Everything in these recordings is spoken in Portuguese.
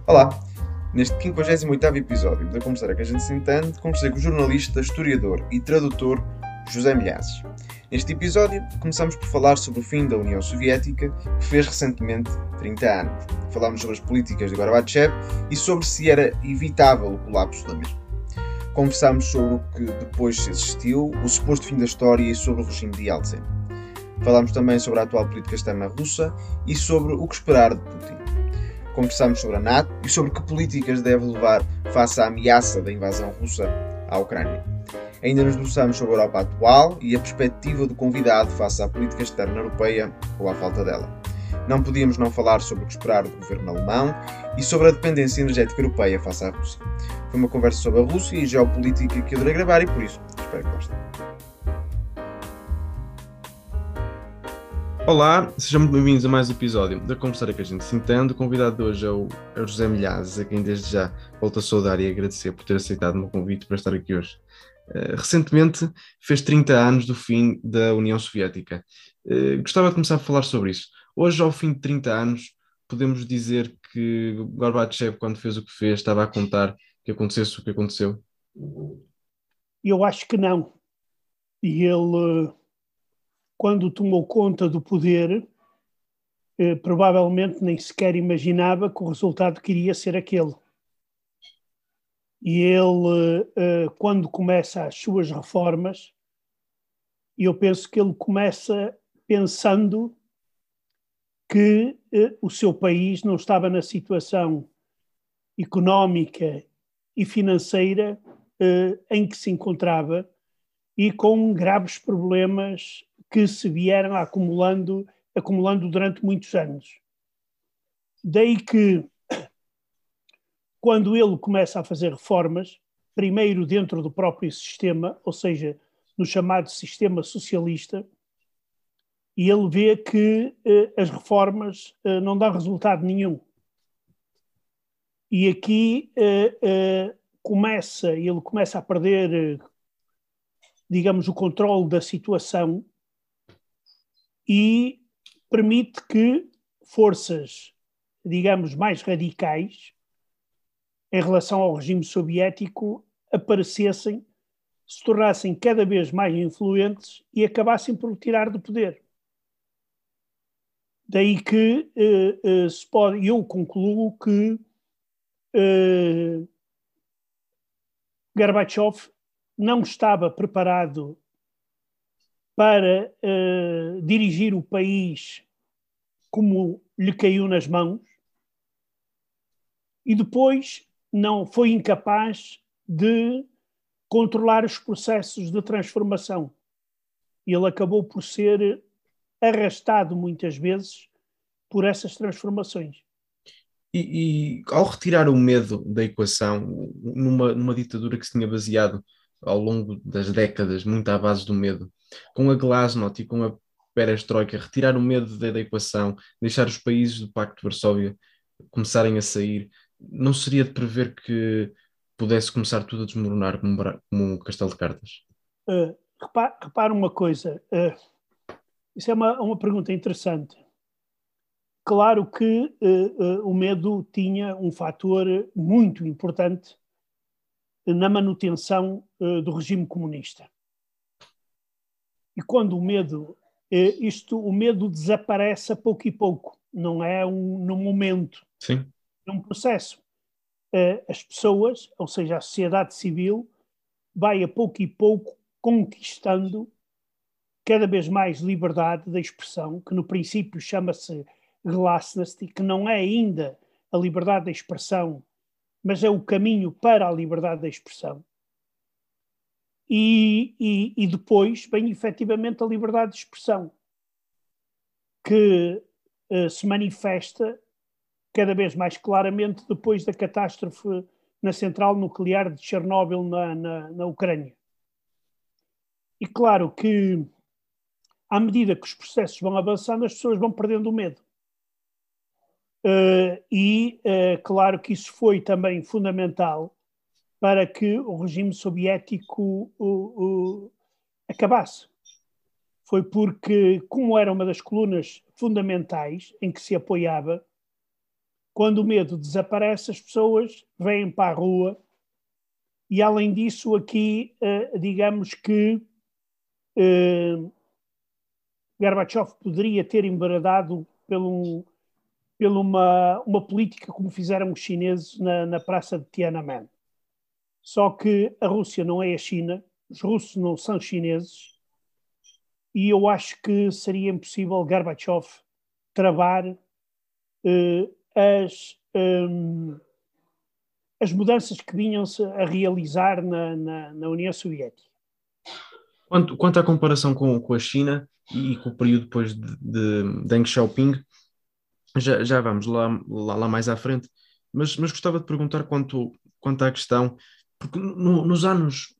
Olá! Neste 58º episódio da Conversar que a gente se entende, conversei com o jornalista, historiador e tradutor José Milhazes. Neste episódio, começamos por falar sobre o fim da União Soviética, que fez recentemente 30 anos. Falámos sobre as políticas de Gorbachev e sobre se era evitável o colapso da mesma. Conversámos sobre o que depois se existiu, o suposto fim da história e sobre o regime de Yeltsin. Falámos também sobre a atual política externa russa e sobre o que esperar de Putin. Conversámos sobre a NATO e sobre que políticas deve levar face à ameaça da invasão russa à Ucrânia. Ainda nos debruçamos sobre a Europa atual e a perspectiva do convidado face à política externa europeia ou à falta dela. Não podíamos não falar sobre o que esperar do governo alemão e sobre a dependência energética europeia face à Rússia. Foi uma conversa sobre a Rússia e geopolítica que eu adorei gravar e por isso espero que gostem. Olá, sejam muito bem-vindos a mais um episódio da Conversar que a gente se entende. O convidado de hoje é o José Milhazes, a quem desde já volto a saudar e agradecer por ter aceitado o meu convite para estar aqui hoje. Recentemente fez 30 anos do fim da União Soviética. Gostava de começar a falar sobre isso. Hoje, ao fim de 30 anos, podemos dizer que Gorbachev, quando fez o que fez, estava a contar que acontecesse o que aconteceu? Eu acho que não. E ele, quando tomou conta do poder, provavelmente nem sequer imaginava que o resultado queria ser aquele. E ele, quando começa as suas reformas, eu penso que ele começa pensando que o seu país não estava na situação económica e financeira em que se encontrava e com graves problemas que se vieram acumulando durante muitos anos. Daí que, quando ele começa a fazer reformas, primeiro dentro do próprio sistema, ou seja, no chamado sistema socialista, e ele vê que as reformas não dão resultado nenhum. E aqui ele começa a perder, digamos, o controle da situação e permite que forças, digamos, mais radicais em relação ao regime soviético aparecessem, se tornassem cada vez mais influentes e acabassem por o tirar do poder. Daí que eu concluo que Gorbachev não estava preparado para dirigir o país como lhe caiu nas mãos e depois não foi incapaz de controlar os processos de transformação. Ele acabou por ser arrastado muitas vezes por essas transformações. E ao retirar o medo da equação, numa ditadura que se tinha baseado ao longo das décadas, muito à base do medo, com a Glasnost e com a Perestroika, retirar o medo da equação, deixar os países do Pacto de Varsóvia começarem a sair, não seria de prever que pudesse começar tudo a desmoronar como um castelo de cartas? Repara uma coisa, isso é uma pergunta interessante. Claro que o medo tinha um fator muito importante na manutenção do regime comunista. E quando o medo desaparece a pouco e pouco, não é num momento, Sim. é um processo. As pessoas, ou seja, a sociedade civil, vai a pouco e pouco conquistando cada vez mais liberdade da expressão, que no princípio chama-se Glasnost, que não é ainda a liberdade da expressão, mas é o caminho para a liberdade da expressão. E depois vem efetivamente a liberdade de expressão, que se manifesta cada vez mais claramente depois da catástrofe na central nuclear de Chernobyl na Ucrânia. E claro que, à medida que os processos vão avançando, as pessoas vão perdendo o medo. Claro que isso foi também fundamental para que o regime soviético acabasse. Foi porque, como era uma das colunas fundamentais em que se apoiava, Quando o medo desaparece, as pessoas vêm para a rua e, além disso, aqui, digamos que Gorbachev poderia ter embradado uma política como fizeram os chineses na Praça de Tiananmen. Só que a Rússia não é a China, os russos não são chineses, e eu acho que seria impossível Gorbachev travar as mudanças que vinham-se a realizar na União Soviética. Quanto à comparação com a China e com o período depois de Deng Xiaoping, já vamos lá mais à frente, mas gostava de perguntar quanto à questão, porque nos anos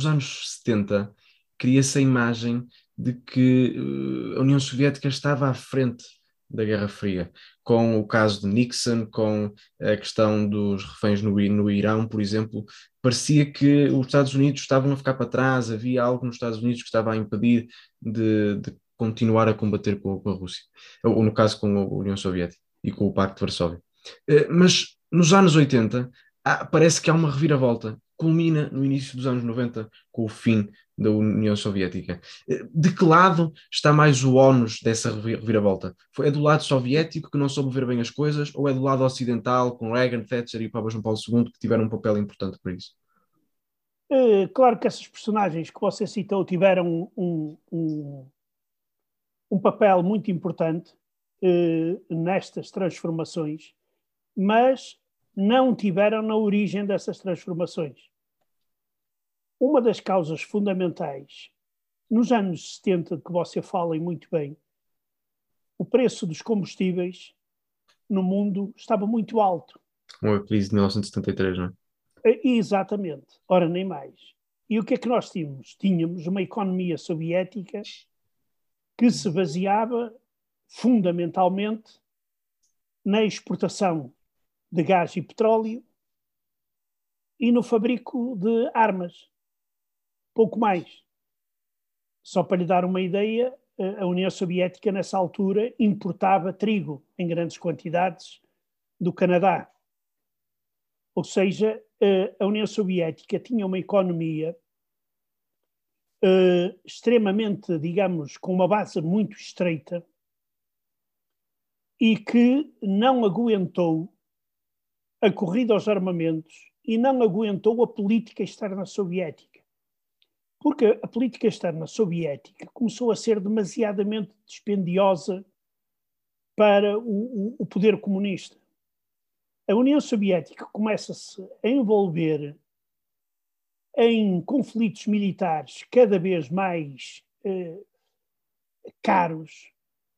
70 cria-se a imagem de que a União Soviética estava à frente da Guerra Fria, com o caso de Nixon, com a questão dos reféns no Irão, por exemplo. Parecia que os Estados Unidos estavam a ficar para trás, havia algo nos Estados Unidos que estava a impedir de continuar a combater com a Rússia, ou no caso com a União Soviética e com o Pacto de Varsóvia. Mas nos anos 80 parece que há uma reviravolta, culmina no início dos anos 90 com o fim da União Soviética. De que lado está mais o ónus dessa reviravolta? É do lado soviético, que não soube ver bem as coisas, ou é do lado ocidental, com Reagan, Thatcher e o Papa João Paulo II, que tiveram um papel importante para isso? Claro que essas personagens que você citou tiveram um papel muito importante nestas transformações, mas não tiveram na origem dessas transformações. Uma das causas fundamentais, nos anos 70, que você fala e muito bem, o preço dos combustíveis no mundo estava muito alto. Com a crise de 1973, não é? Exatamente. Ora, nem mais. E o que é que nós tínhamos? Tínhamos uma economia soviética que se baseava fundamentalmente na exportação de gás e petróleo e no fabrico de armas. Pouco mais. Só para lhe dar uma ideia, a União Soviética, nessa altura, importava trigo em grandes quantidades do Canadá. Ou seja, a União Soviética tinha uma economia extremamente, digamos, com uma base muito estreita e que não aguentou a corrida aos armamentos e não aguentou a política externa soviética. Porque a política externa soviética começou a ser demasiadamente dispendiosa para o poder comunista. A União Soviética começa-se a envolver em conflitos militares cada vez mais caros.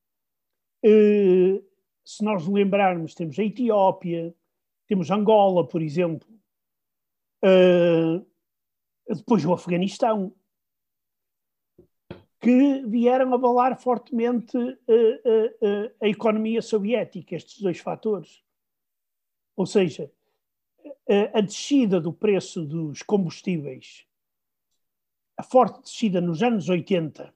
Se nós lembrarmos, temos a Etiópia, temos Angola, por exemplo, depois o Afeganistão, que vieram abalar fortemente a economia soviética, estes dois fatores. Ou seja, a descida do preço dos combustíveis, a forte descida nos anos 80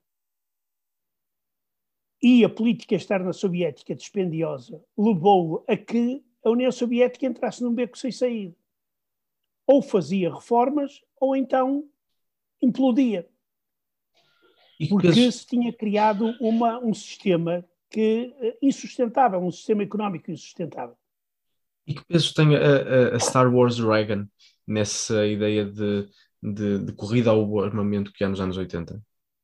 e a política externa soviética dispendiosa levou a que a União Soviética entrasse num beco sem saída. Ou fazia reformas, ou então implodia. Porque se tinha criado um sistema insustentável, um sistema económico insustentável. E que peso tem a Star Wars Reagan nessa ideia de corrida ao armamento que há nos anos 80?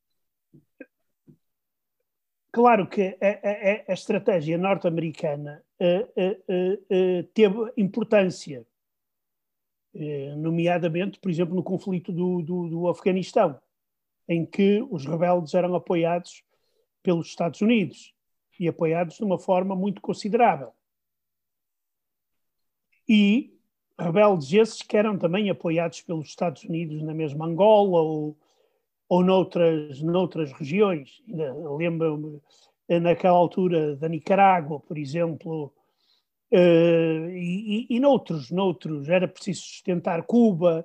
Claro que a estratégia norte-americana teve importância, nomeadamente, por exemplo, no conflito do Afeganistão, em que os rebeldes eram apoiados pelos Estados Unidos e apoiados de uma forma muito considerável. E rebeldes esses que eram também apoiados pelos Estados Unidos na mesma Angola ou noutras regiões. Lembro-me, naquela altura, da Nicarágua, por exemplo, e noutros. Era preciso sustentar Cuba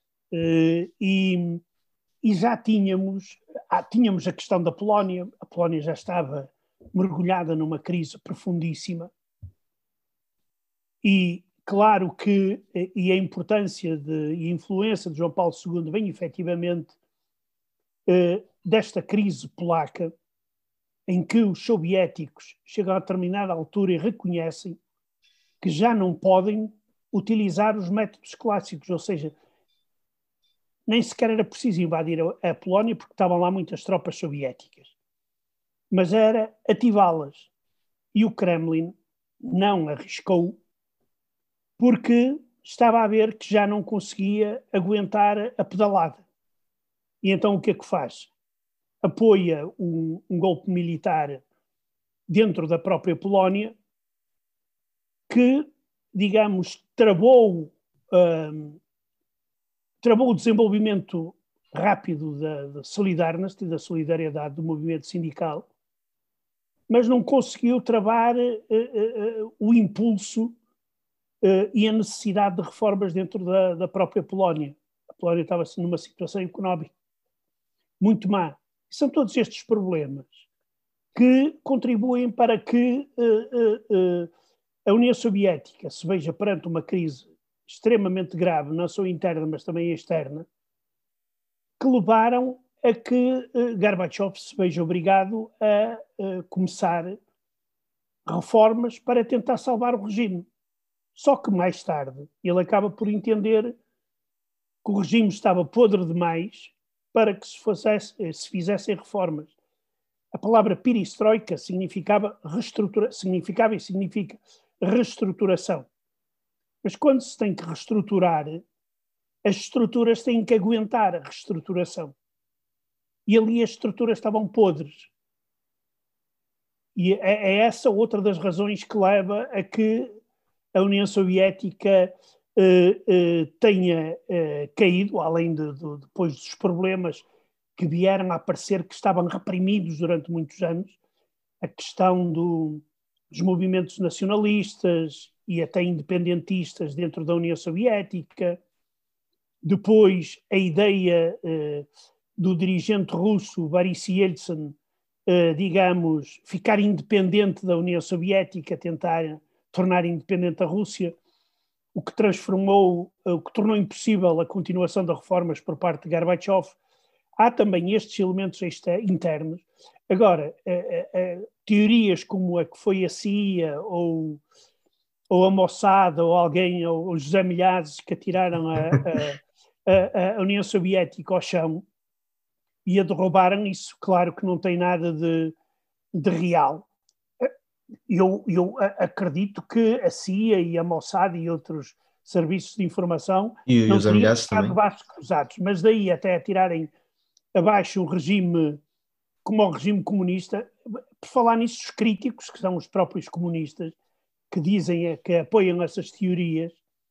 e já tínhamos a questão da Polónia. A Polónia já estava mergulhada numa crise profundíssima. E claro que e a importância e a influência de João Paulo II vem efetivamente desta crise polaca, em que os soviéticos chegam a determinada altura e reconhecem que já não podem utilizar os métodos clássicos, ou seja, nem sequer era preciso invadir a Polónia porque estavam lá muitas tropas soviéticas, mas era ativá-las. E o Kremlin não arriscou porque estava a ver que já não conseguia aguentar a pedalada. E então o que é que faz? Apoia um golpe militar dentro da própria Polónia que, digamos, travou o desenvolvimento rápido da Solidarność e da solidariedade do movimento sindical, mas não conseguiu travar o impulso e a necessidade de reformas dentro da própria Polónia. A Polónia estava numa situação económica muito má. E são todos estes problemas que contribuem para que a União Soviética se veja perante uma crise extremamente grave, não só interna, mas também externa, que levaram a que Gorbachev se veja obrigado a começar reformas para tentar salvar o regime. Só que mais tarde ele acaba por entender que o regime estava podre demais para que se fizessem reformas. A palavra perestroika significa reestruturação. Mas quando se tem que reestruturar, as estruturas têm que aguentar a reestruturação. E ali as estruturas estavam podres. E é essa outra das razões que leva a que a União Soviética tenha caído, além depois dos problemas que vieram a aparecer, que estavam reprimidos durante muitos anos, a questão dos movimentos nacionalistas e até independentistas dentro da União Soviética, depois a ideia do dirigente russo Boris Yeltsin, digamos, ficar independente da União Soviética, tentar tornar independente a Rússia, o que tornou impossível a continuação das reformas por parte de Gorbachev. Há também estes elementos internos. Agora, teorias como a que foi a CIA ou a Mossad ou alguém, ou José Milhazes, que atiraram a União Soviética ao chão e a derrubaram, isso claro que não tem nada de real. Eu acredito que a CIA e a Mossad e outros serviços de informação e não os teriam ameaças ficado também. de braços cruzados, mas daí até atirarem abaixo um regime como o regime comunista, por falar nisso, os críticos, que são os próprios comunistas, que dizem que apoiam essas teorias,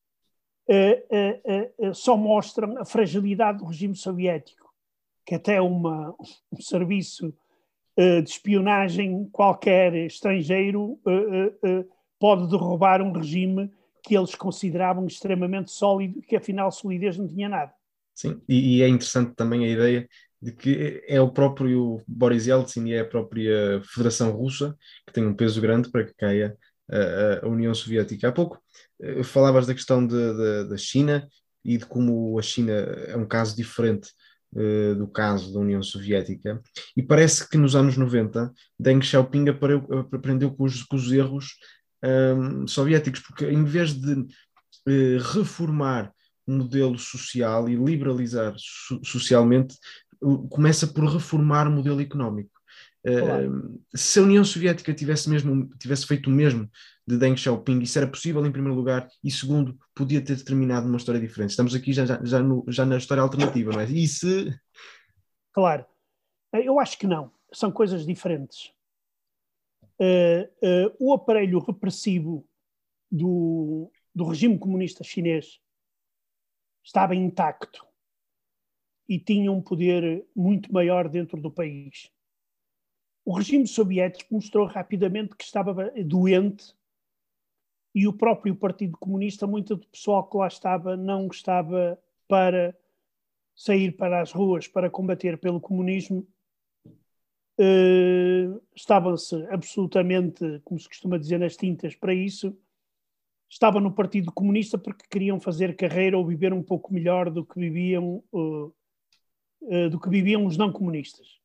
só mostram a fragilidade do regime soviético, que até um serviço de espionagem qualquer estrangeiro pode derrubar um regime que eles consideravam extremamente sólido, que afinal solidez não tinha nada. Sim, e é interessante também a ideia de que é o próprio Boris Yeltsin e é a própria Federação Russa que tem um peso grande para que caia a União Soviética. Há pouco falavas da questão da China e de como a China é um caso diferente do caso da União Soviética, e parece que nos anos 90 Deng Xiaoping aprendeu com os erros soviéticos, porque em vez de reformar um modelo social e liberalizar socialmente, começa por reformar o modelo económico. Claro. Se a União Soviética tivesse feito o mesmo de Deng Xiaoping, isso era possível em primeiro lugar, e segundo, podia ter determinado uma história diferente. Estamos aqui já na história alternativa, não é? E se... Claro, eu acho que não, são coisas diferentes. O aparelho repressivo do regime comunista chinês estava intacto e tinha um poder muito maior dentro do país. O regime soviético mostrou rapidamente que estava doente e o próprio Partido Comunista, muito do pessoal que lá estava, não estava para sair para as ruas para combater pelo comunismo. Estavam-se absolutamente, como se costuma dizer, nas tintas para isso. estava no Partido Comunista porque queriam fazer carreira ou viver um pouco melhor do que viviam os não comunistas.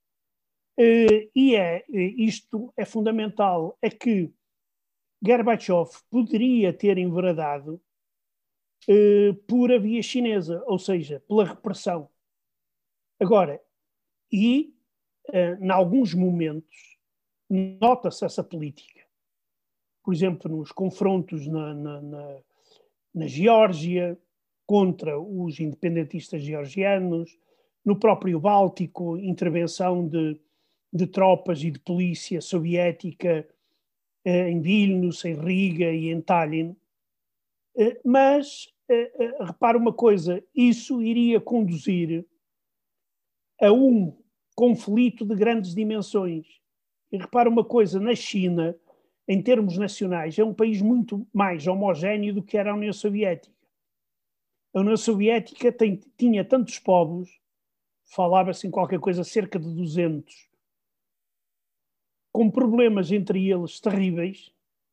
Isto é fundamental, é que Gorbachev poderia ter enveredado por a via chinesa, ou seja, pela repressão. Agora, em alguns momentos, nota-se essa política. Por exemplo, nos confrontos na Geórgia, contra os independentistas georgianos, no próprio Báltico, intervenção de tropas e de polícia soviética em Vilnius, em Riga e em Tallinn. Mas, repara uma coisa, isso iria conduzir a um conflito de grandes dimensões. E repara uma coisa, na China, em termos nacionais, é um país muito mais homogéneo do que era a União Soviética. A União Soviética tinha tantos povos, falava-se em qualquer coisa, cerca de 200, com problemas entre eles terríveis,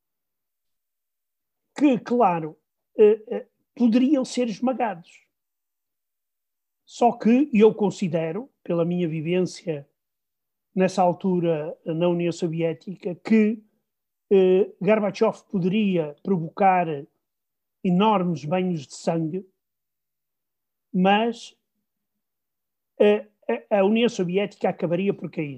que, claro, poderiam ser esmagados. Só que eu considero, pela minha vivência nessa altura na União Soviética, que Gorbachev poderia provocar enormes banhos de sangue, mas a União Soviética acabaria por cair.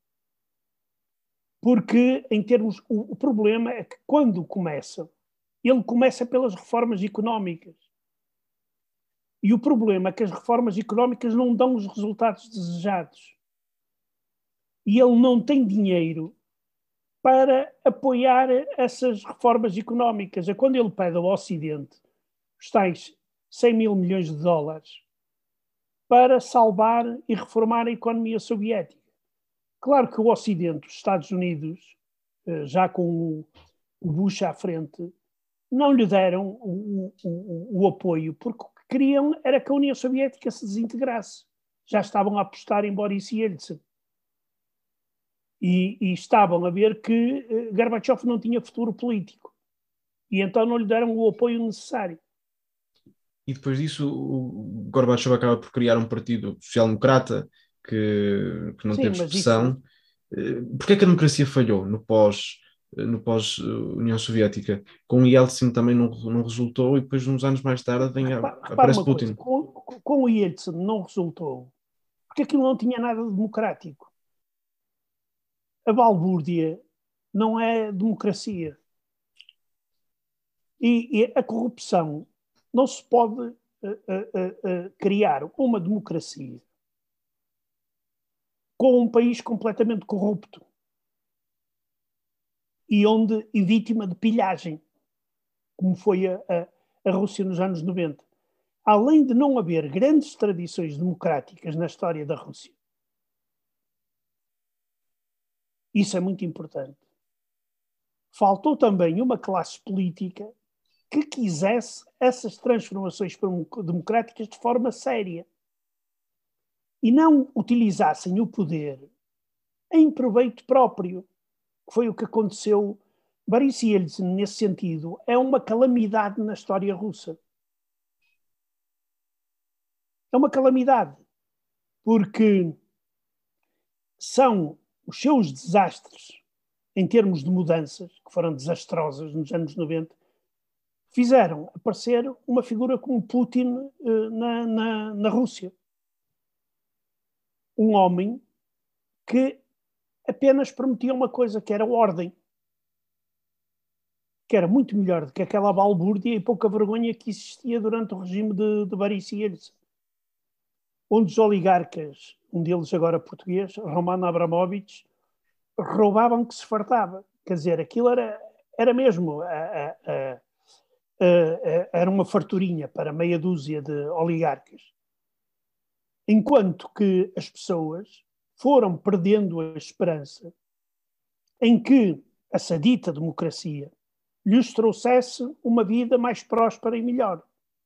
Porque, em termos, o problema é que quando começa, ele começa pelas reformas económicas. E o problema é que as reformas económicas não dão os resultados desejados. E ele não tem dinheiro para apoiar essas reformas económicas. É quando ele pede ao Ocidente os tais 100 mil milhões de dólares para salvar e reformar a economia soviética. Claro que o Ocidente, os Estados Unidos, já com o Bush à frente, não lhe deram o apoio, porque o que queriam era que a União Soviética se desintegrasse. Já estavam a apostar em Boris Yeltsin. E estavam a ver que Gorbachev não tinha futuro político. E então não lhe deram o apoio necessário. E depois disso, o Gorbachev acaba por criar um partido social-democrata que não teve expressão. Porquê é que a democracia falhou no pós-União Soviética? Com o Yeltsin também não resultou, e depois, uns anos mais tarde, aparece Putin. Com o Yeltsin não resultou, porque aquilo não tinha nada de democrático. A balbúrdia não é democracia. E a corrupção, não se pode criar uma democracia com um país completamente corrupto e vítima de pilhagem, como foi a Rússia nos anos 90. Além de não haver grandes tradições democráticas na história da Rússia, isso é muito importante, faltou também uma classe política que quisesse essas transformações democráticas de forma séria e não utilizassem o poder em proveito próprio, que foi o que aconteceu. Boris Yeltsin, nesse sentido, é uma calamidade na história russa. É uma calamidade, porque são os seus desastres em termos de mudanças, que foram desastrosas nos anos 90, fizeram aparecer uma figura como Putin na Rússia. Um homem que apenas prometia uma coisa, que era ordem, que era muito melhor do que aquela balbúrdia e pouca vergonha que existia durante o regime de Boris Yeltsin, onde os oligarcas, um deles agora português, Roman Abramovich, roubavam que se fartava. Quer dizer, aquilo era mesmo... era uma farturinha para meia dúzia de oligarcas. Enquanto que as pessoas foram perdendo a esperança em que a sadita democracia lhes trouxesse uma vida mais próspera e melhor.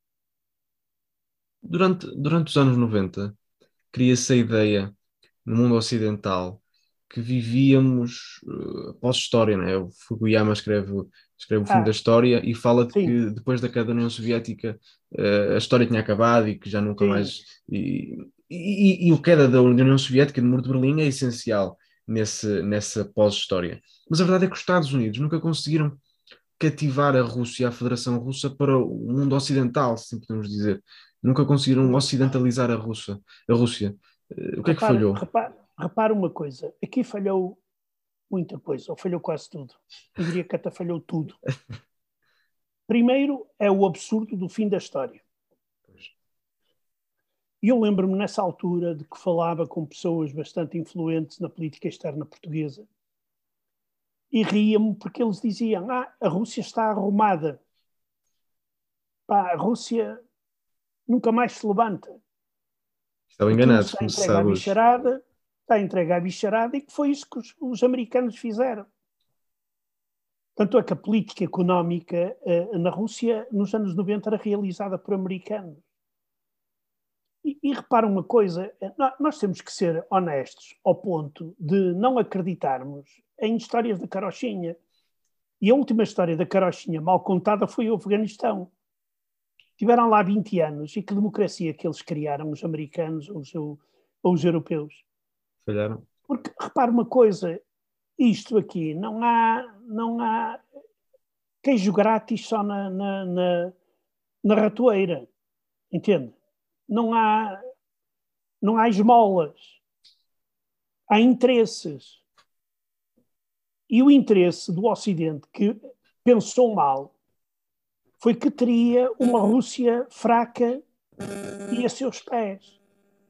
Durante os anos 90, cria-se a ideia no mundo ocidental que vivíamos pós-história, né? O Fukuyama escreve Escreve o fim da história e fala de sim, que depois da queda da União Soviética a história tinha acabado e que já nunca sim. mais. E o queda da União Soviética, do Muro de Berlim, é essencial nessa pós-história. Mas a verdade é que os Estados Unidos nunca conseguiram cativar a Rússia, a Federação Russa, para o mundo ocidental, se assim podemos dizer. Nunca conseguiram ocidentalizar a Rússia. O que é que falhou? Repara uma coisa, aqui falhou muita coisa, ou falhou quase tudo. Eu diria que até falhou tudo. Primeiro é o absurdo do fim da história. E eu lembro-me nessa altura de que falava com pessoas bastante influentes na política externa portuguesa e ria-me porque eles diziam: a Rússia está arrumada. Pá, a Rússia nunca mais se levanta. Estão Aquilo enganados, está como se entregue à sabe hoje. bicharada, está entregue à bicharada, e que foi isso que os americanos fizeram. Tanto é que a política económica na Rússia, nos anos 90, era realizada por americanos. E repara uma coisa, nós temos que ser honestos ao ponto de não acreditarmos em histórias da carochinha. E a última história da carochinha mal contada foi o Afeganistão. Tiveram lá 20 anos e que democracia que eles criaram, os americanos ou os europeus. Falharam. Porque, repara uma coisa, isto aqui, não há queijo grátis só na ratoeira, entende? Não há esmolas, há interesses. E o interesse do Ocidente, que pensou mal, foi que teria uma Rússia fraca e a seus pés.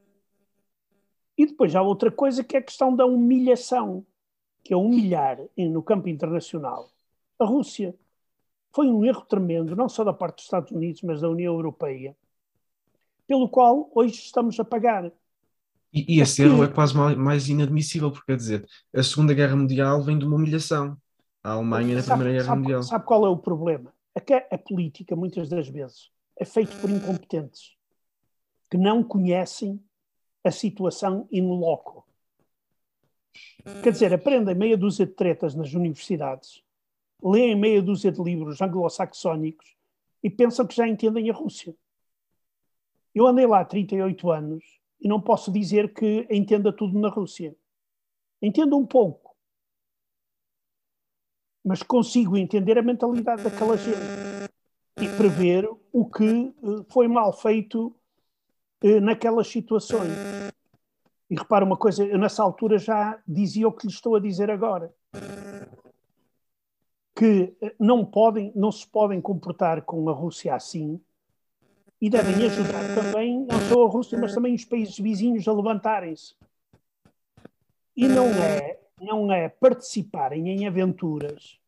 E depois há outra coisa que é a questão da humilhação, que é humilhar no campo internacional a Rússia. Foi um erro tremendo, não só da parte dos Estados Unidos, mas da União Europeia, pelo qual hoje estamos a pagar. E esse erro é quase mais inadmissível, porque quer dizer, a Segunda Guerra Mundial vem de uma humilhação. A Alemanha na Primeira Guerra Mundial. Sabe qual é o problema? É que a política, muitas das vezes, é feita por incompetentes que não conhecem a situação in loco. Quer dizer, aprendem meia dúzia de tretas nas universidades, leem meia dúzia de livros anglo-saxónicos e pensam que já entendem a Rússia. Eu andei lá há 38 anos e não posso dizer que entenda tudo na Rússia. Entendo um pouco, mas consigo entender a mentalidade daquela gente e prever o que foi mal feito naquelas situações. E repara uma coisa, eu nessa altura já dizia o que lhe estou a dizer agora. Que não se podem comportar com a Rússia assim e devem ajudar também, não só a Rússia, mas também os países vizinhos a levantarem-se. E não é participarem em aventuras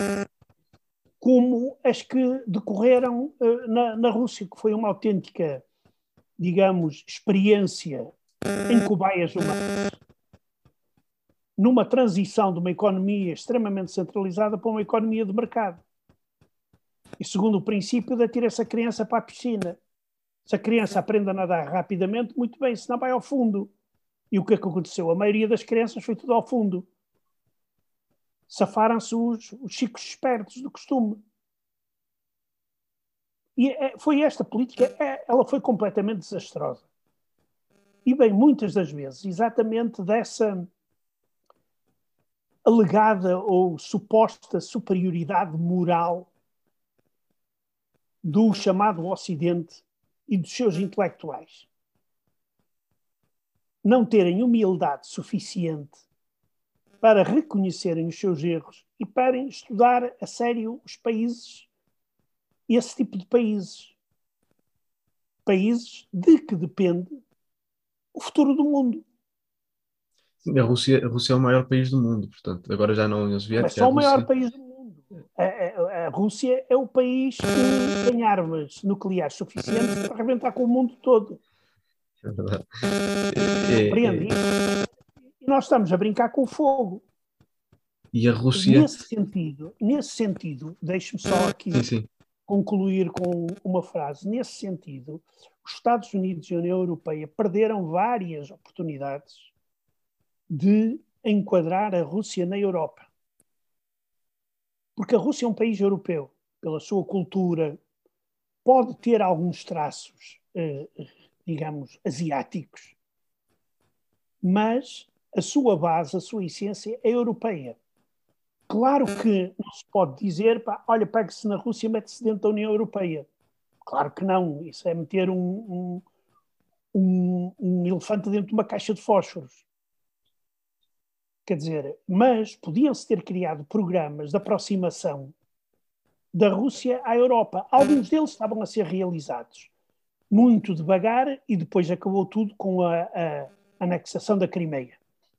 como as que decorreram na Rússia, que foi uma autêntica, digamos, experiência em cobaias humanas, numa transição de uma economia extremamente centralizada para uma economia de mercado. E segundo o princípio de atirar essa criança para a piscina. Se a criança aprende a nadar rapidamente, muito bem, senão vai ao fundo. E o que é que aconteceu? A maioria das crianças foi tudo ao fundo. Safaram-se os chicos espertos do costume. E foi esta política, ela foi completamente desastrosa. E bem, muitas das vezes, exatamente dessa alegada ou suposta superioridade moral do chamado Ocidente e dos seus intelectuais. Não terem humildade suficiente para reconhecerem os seus erros e para estudar a sério os países, esse tipo de países. Países de que depende o futuro do mundo. A Rússia é o maior país do mundo, portanto, agora já não a União Mas Soviética, a só o maior Rússia. país do mundo. A Rússia é o país que tem armas nucleares suficientes para arrebentar com o mundo todo. É verdade. Compreende isso? E nós estamos a brincar com o fogo. E a Rússia. Nesse sentido, deixe-me só aqui Sim. concluir com uma frase. Nesse sentido, os Estados Unidos e a União Europeia perderam várias oportunidades de enquadrar a Rússia na Europa. Porque a Rússia é um país europeu, pela sua cultura, pode ter alguns traços, digamos, asiáticos, mas a sua base, a sua essência é europeia. Claro que não se pode dizer, pá, olha, pega-se na Rússia e mete-se dentro da União Europeia. Claro que não, isso é meter um elefante dentro de uma caixa de fósforos. Quer dizer, mas podiam-se ter criado programas de aproximação da Rússia à Europa. Alguns deles estavam a ser realizados muito devagar e depois acabou tudo com a anexação da Crimeia.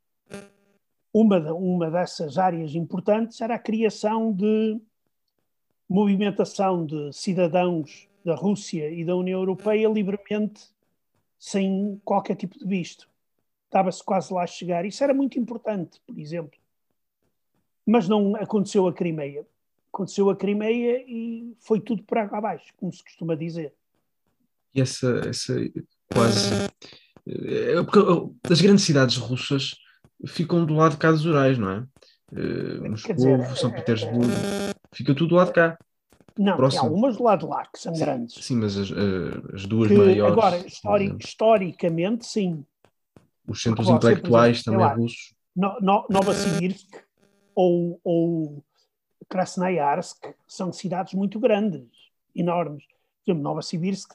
Uma dessas áreas importantes era a criação de movimentação de cidadãos da Rússia e da União Europeia livremente, sem qualquer tipo de visto. Estava-se quase lá a chegar. Isso era muito importante, por exemplo. Mas não aconteceu a Crimeia. Aconteceu a Crimeia e foi tudo por água abaixo, como se costuma dizer. E essa quase. Porque as grandes cidades russas ficam do lado de cá dos Urais, não é? Moscou, São Petersburgo, fica tudo do lado de cá. Não, próximo. Tem algumas do lado de lá que são grandes. Sim, mas as duas maiores. Agora, historicamente, sim. Os centros intelectuais também russos. Novosibirsk ou Krasnoyarsk são cidades muito grandes, enormes. Por exemplo, Novosibirsk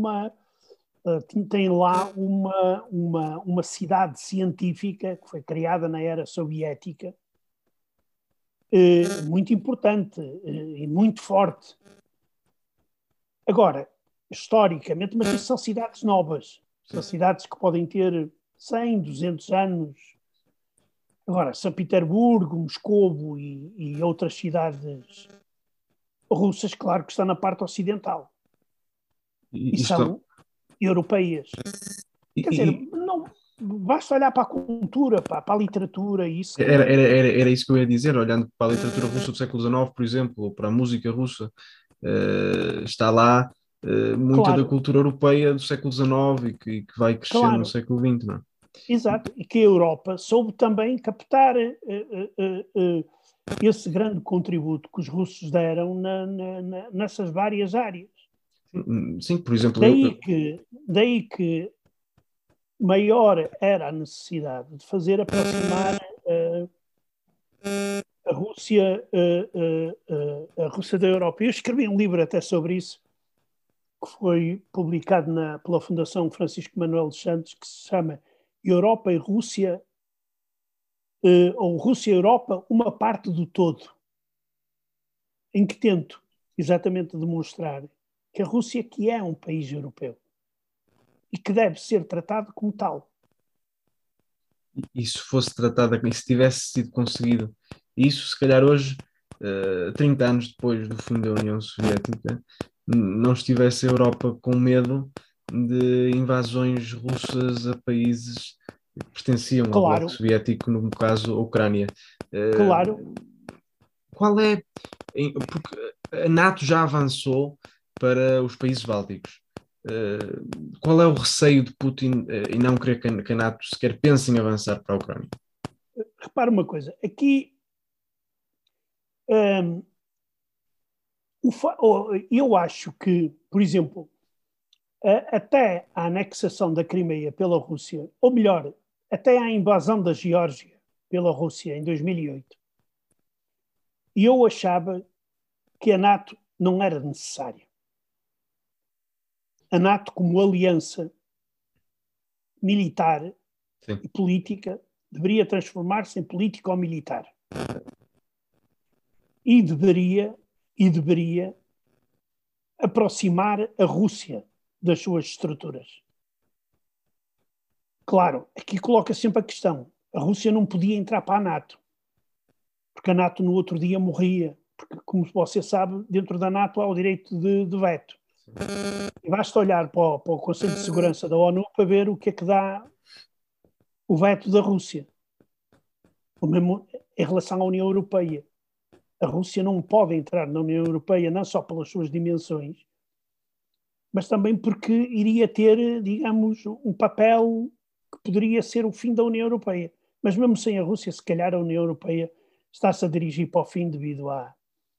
tem lá uma cidade científica que foi criada na era soviética, muito importante e muito forte. Agora, historicamente, mas isso são cidades novas, são cidades que podem ter 100, 200 anos. Agora, São Petersburgo, Moscovo e outras cidades russas, claro que estão na parte ocidental e são europeias. Quer dizer, não basta olhar para a cultura, para a literatura. Isso era isso que eu ia dizer, olhando para a literatura russa do século XIX, por exemplo, ou para a música russa, está lá muita da cultura europeia do século XIX e que vai crescendo no século XX, não é? Exato, e que a Europa soube também captar esse grande contributo que os russos deram nessas várias áreas. Sim, por exemplo... Daí que maior era a necessidade de fazer aproximar a Rússia da Europa. Eu escrevi um livro até sobre isso, que foi publicado pela Fundação Francisco Manuel dos Santos, que se chama Europa e Rússia, ou Rússia e Europa, uma parte do todo, em que tento exatamente demonstrar que a Rússia que é um país europeu e que deve ser tratado como tal. E se fosse tratado, e se tivesse sido conseguido isso, se calhar hoje, 30 anos depois do fim da União Soviética, não estivesse a Europa com medo de invasões russas a países que pertenciam ao bloco soviético, no caso a Ucrânia. Claro. Qual é... Porque a NATO já avançou para os países bálticos. Qual é o receio de Putin em não querer que a NATO sequer pense em avançar para a Ucrânia? Repara uma coisa, aqui eu acho que, por exemplo, até a anexação da Crimeia pela Rússia, ou melhor, até a invasão da Geórgia pela Rússia em 2008, eu achava que a NATO não era necessária. A NATO, como aliança militar e política, deveria transformar-se em político-militar. E deveria aproximar a Rússia das suas estruturas. Claro, aqui coloca sempre a questão. A Rússia não podia entrar para a NATO, porque a NATO no outro dia morria. Porque, como você sabe, dentro da NATO há o direito de veto. E basta olhar para o Conselho de Segurança da ONU para ver o que é que dá o veto da Rússia. O mesmo em relação à União Europeia. A Rússia não pode entrar na União Europeia não só pelas suas dimensões, mas também porque iria ter, digamos, um papel que poderia ser o fim da União Europeia. Mas mesmo sem a Rússia, se calhar a União Europeia está-se a dirigir para o fim devido à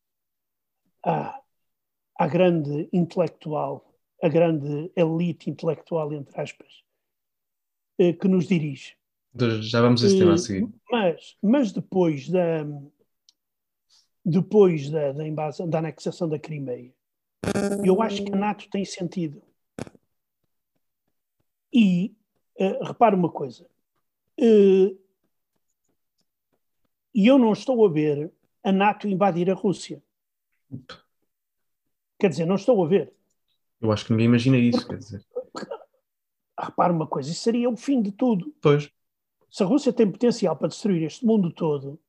à grande intelectual, a grande elite intelectual, entre aspas, que nos dirige. Já vamos a esse tema a seguir. Mas depois da anexação da Crimeia, eu acho que a NATO tem sentido. E repara uma coisa, e eu não estou a ver a NATO invadir a Rússia. Quer dizer, não estou a ver. Eu acho que ninguém imagina isso, quer dizer. Repara uma coisa, isso seria o fim de tudo. Pois. Se a Rússia tem potencial para destruir este mundo todo,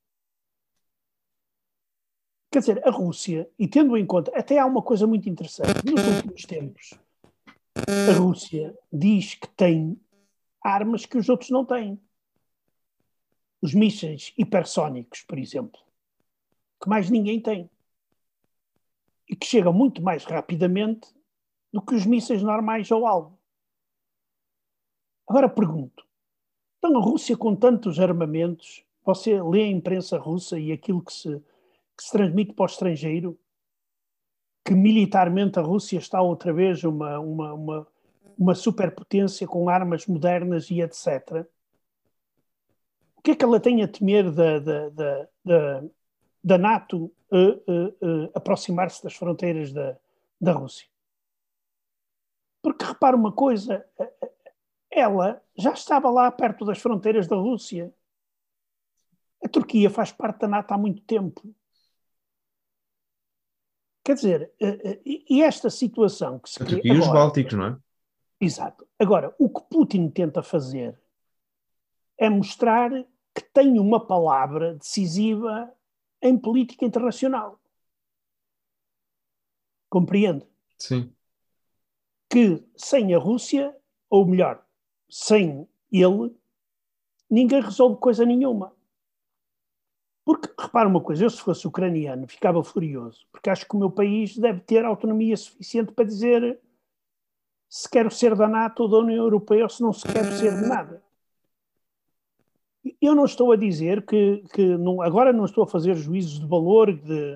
quer dizer, a Rússia, e tendo em conta, até há uma coisa muito interessante, nos últimos tempos, a Rússia diz que tem armas que os outros não têm. Os mísseis hipersónicos, por exemplo, que mais ninguém tem. E que chegam muito mais rapidamente do que os mísseis normais ao alvo. Agora pergunto, então a Rússia com tantos armamentos, você lê a imprensa russa e aquilo que se transmite para o estrangeiro, que militarmente a Rússia está outra vez uma superpotência com armas modernas e etc. O que é que ela tem a temer da NATO aproximar-se das fronteiras da Rússia? Porque repara uma coisa, ela já estava lá perto das fronteiras da Rússia. A Turquia faz parte da NATO há muito tempo. Quer dizer, e esta situação que se cria... A Turquia e os Bálticos, não é? Exato. Agora, o que Putin tenta fazer é mostrar que tem uma palavra decisiva em política internacional. Compreende? Sim. Que sem a Rússia, ou melhor, sem ele, ninguém resolve coisa nenhuma. Porque, repara uma coisa, eu se fosse ucraniano ficava furioso, porque acho que o meu país deve ter autonomia suficiente para dizer se quero ser da NATO ou da União Europeia ou se não se quer ser de nada. Eu não estou a dizer que não, agora não estou a fazer juízos de valor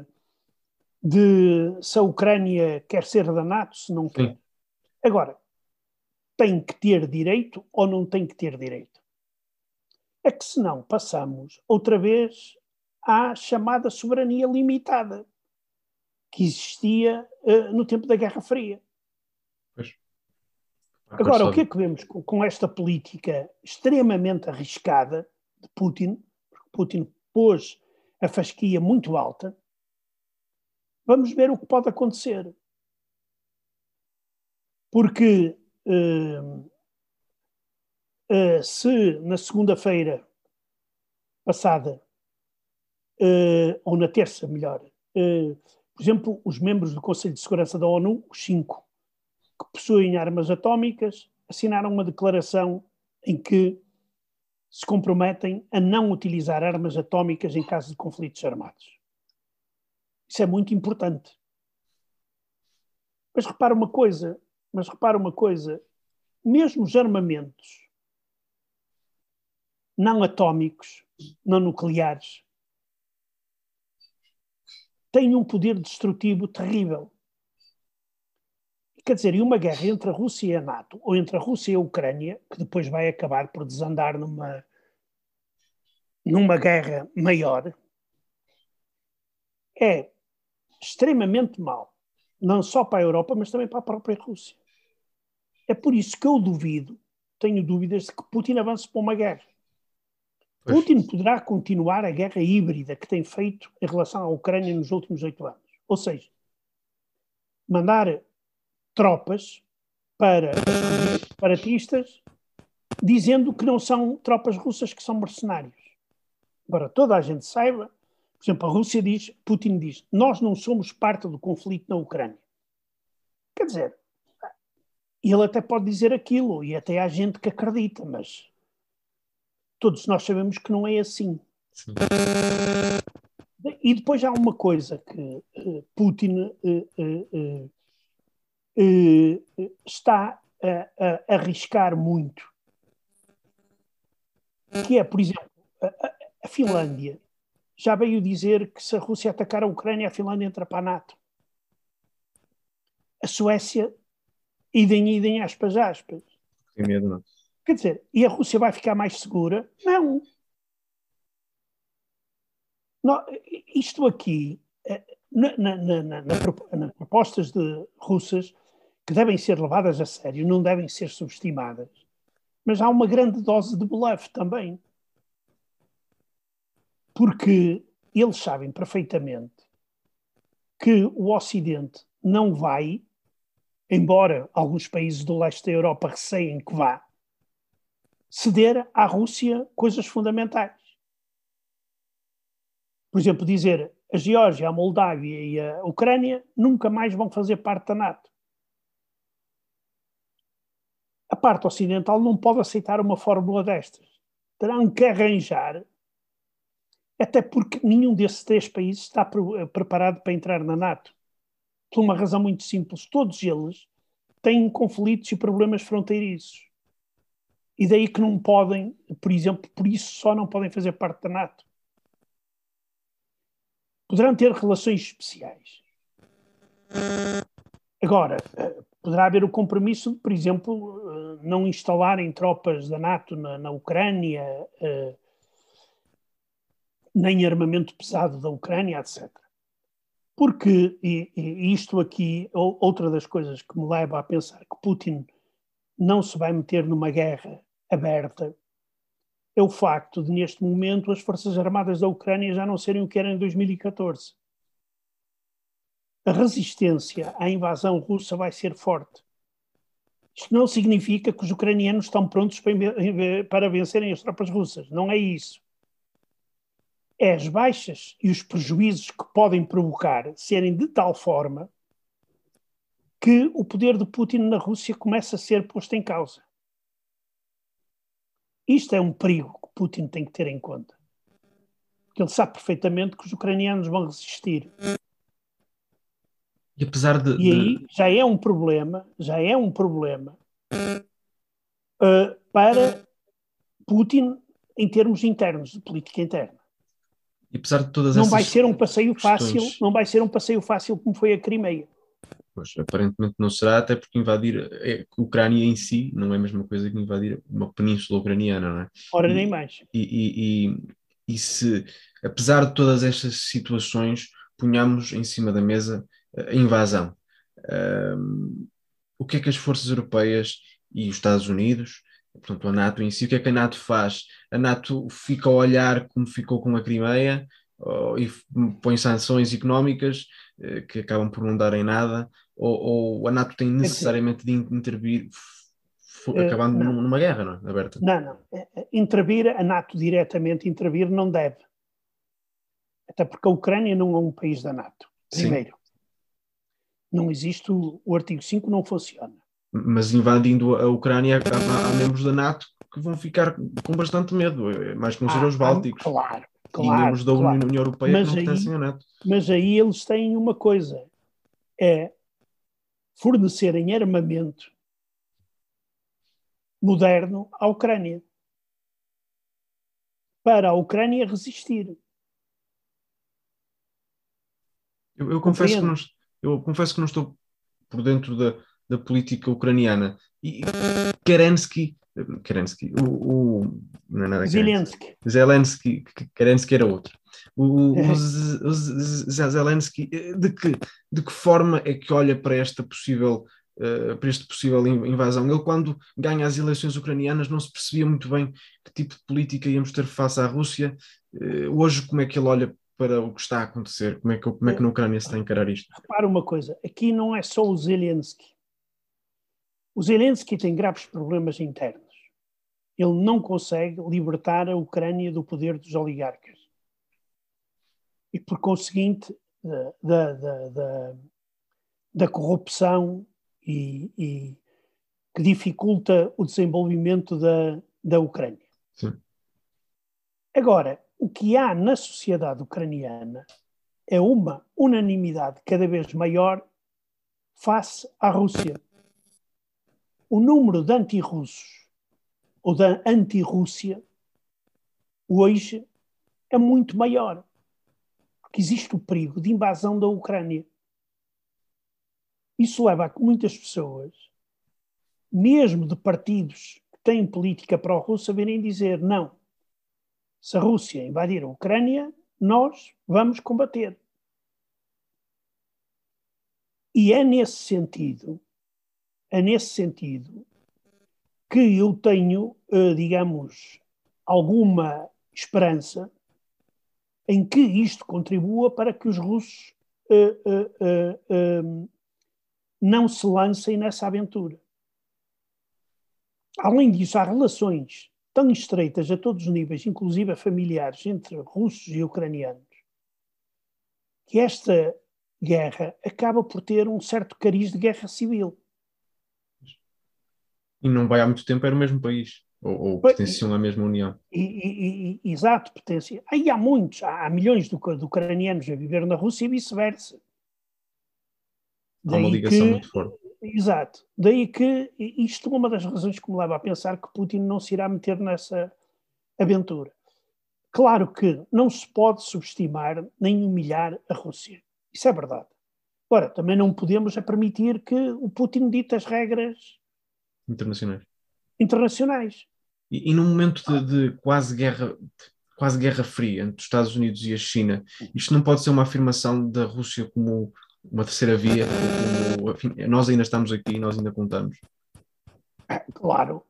de se a Ucrânia quer ser da NATO, se não quer. Agora, tem que ter direito ou não tem que ter direito? É que senão passamos outra vez à chamada soberania limitada que existia no tempo da Guerra Fria. Pois. Agora, o que é que vemos com esta política extremamente arriscada de Putin? Porque Putin pôs a fasquia muito alta. Vamos ver o que pode acontecer. Porque se na segunda-feira passada, ou na terça, melhor, por exemplo, os membros do Conselho de Segurança da ONU, os 5, que possuem armas atómicas, assinaram uma declaração em que se comprometem a não utilizar armas atómicas em caso de conflitos armados. Isso é muito importante. Mas repara uma coisa, mesmo os armamentos não atómicos, não nucleares, têm um poder destrutivo terrível. Quer dizer, e uma guerra entre a Rússia e a NATO, ou entre a Rússia e a Ucrânia, que depois vai acabar por desandar numa guerra maior, é extremamente mau. Não só para a Europa, mas também para a própria Rússia. É por isso que eu tenho dúvidas de que Putin avance para uma guerra. Pois. Putin poderá continuar a guerra híbrida que tem feito em relação à Ucrânia nos últimos 8 anos. Ou seja, mandar tropas para as separatistas dizendo que não são tropas russas, que são mercenários. Agora, toda a gente saiba, por exemplo, a Rússia diz, Putin diz, nós não somos parte do conflito na Ucrânia. Quer dizer, ele até pode dizer aquilo, e até há gente que acredita, mas todos nós sabemos que não é assim. Sim. E depois há uma coisa que Putin está a arriscar muito, que é, por exemplo, a Finlândia já veio dizer que se a Rússia atacar a Ucrânia, a Finlândia entra para a NATO. A Suécia, idem, aspas, aspas. Tem medo, não. Quer dizer, e a Rússia vai ficar mais segura? Não. Não, isto aqui, nas propostas russas, que devem ser levadas a sério, não devem ser subestimadas, mas há uma grande dose de bluff também. Porque eles sabem perfeitamente que o Ocidente não vai, embora alguns países do leste da Europa receiem que vá, ceder à Rússia coisas fundamentais. Por exemplo, dizer a Geórgia, a Moldávia e a Ucrânia nunca mais vão fazer parte da NATO. A parte ocidental não pode aceitar uma fórmula destas. Terão que arranjar, até porque nenhum desses 3 países está preparado para entrar na NATO. Por uma razão muito simples. Todos eles têm conflitos e problemas fronteiriços. E daí que não podem, por exemplo, por isso só não podem fazer parte da NATO. Poderão ter relações especiais. Agora, poderá haver o compromisso de, por exemplo, não instalarem tropas da NATO na Ucrânia, nem armamento pesado da Ucrânia, etc. Porque, e isto aqui, outra das coisas que me leva a pensar que Putin não se vai meter numa guerra aberta, é o facto de, neste momento, as Forças Armadas da Ucrânia já não serem o que eram em 2014. A resistência à invasão russa vai ser forte. Isto não significa que os ucranianos estão prontos para vencerem as tropas russas. Não é isso. É as baixas e os prejuízos que podem provocar serem de tal forma que o poder de Putin na Rússia começa a ser posto em causa. Isto é um perigo que Putin tem que ter em conta. Porque ele sabe perfeitamente que os ucranianos vão resistir. E apesar de... E aí já é um problema para Putin em termos internos, de política interna. E apesar de todas não essas vai ser um passeio questões... fácil, não vai ser um passeio fácil como foi a Crimeia. Pois, aparentemente não será, até porque invadir a Ucrânia em si não é a mesma coisa que invadir uma península ucraniana, não é? Ora, nem mais. E se, apesar de todas estas situações, ponhamos em cima da mesa a invasão. O que é que as forças europeias e os Estados Unidos, portanto a NATO em si, o que é que a NATO faz? A NATO fica a olhar como ficou com a Crimeia e põe sanções económicas que acabam por não dar em nada, ou a NATO tem necessariamente de intervir, acabando numa guerra, não é? Aberta? Não. Intervir, a NATO diretamente intervir não deve. Até porque a Ucrânia não é um país da NATO, primeiro. Sim. Não existe, o artigo 5 não funciona. Mas invadindo a Ucrânia, há membros da NATO que vão ficar com bastante medo, mais que não sejam os bálticos. Claro. E membros da União Europeia que não pertencem à NATO. Mas aí eles têm uma coisa, é fornecerem armamento moderno à Ucrânia, para a Ucrânia resistir. Eu confesso que não estou por dentro da política ucraniana. E Kerensky, não é nada Zelensky era outro. O Zelensky, de que forma é que olha para esta possível invasão? Ele, quando ganha as eleições ucranianas, não se percebia muito bem que tipo de política íamos ter face à Rússia. Hoje, como é que ele olha para o que está a acontecer? Como é que na Ucrânia se está a encarar isto? Repara uma coisa, aqui não é só o Zelensky. O Zelensky tem graves problemas internos. Ele não consegue libertar a Ucrânia do poder dos oligarcas. E, por conseguinte, da corrupção e que dificulta o desenvolvimento da Ucrânia. Sim. Agora, o que há na sociedade ucraniana é uma unanimidade cada vez maior face à Rússia. O número de antirrussos ou da antirrússia hoje é muito maior, porque existe o perigo de invasão da Ucrânia. isso leva a que muitas pessoas, mesmo de partidos que têm política pró-russa, virem dizer não, se a Rússia invadir a Ucrânia, nós vamos combater. E é nesse sentido que eu tenho, digamos, alguma esperança em que isto contribua para que os russos não se lancem nessa aventura. Além disso, há relações tão estreitas a todos os níveis, inclusive familiares, entre russos e ucranianos, que esta guerra acaba por ter um certo cariz de guerra civil. E não vai há muito tempo, era o mesmo país, ou pertenciam à mesma União. Exato, pertenciam. Aí há muitos, há milhões de ucranianos a viver na Rússia e vice-versa. Há uma ligação muito forte. Exato. Daí que isto é uma das razões que me leva a pensar que Putin não se irá meter nessa aventura. Claro que não se pode subestimar nem humilhar a Rússia. Isso é verdade. Ora, também não podemos permitir que o Putin dite as regras internacionais. E num momento de quase guerra fria entre os Estados Unidos e a China, isto não pode ser uma afirmação da Rússia como uma terceira via, como, enfim, nós ainda estamos aqui, nós ainda contamos. Claro.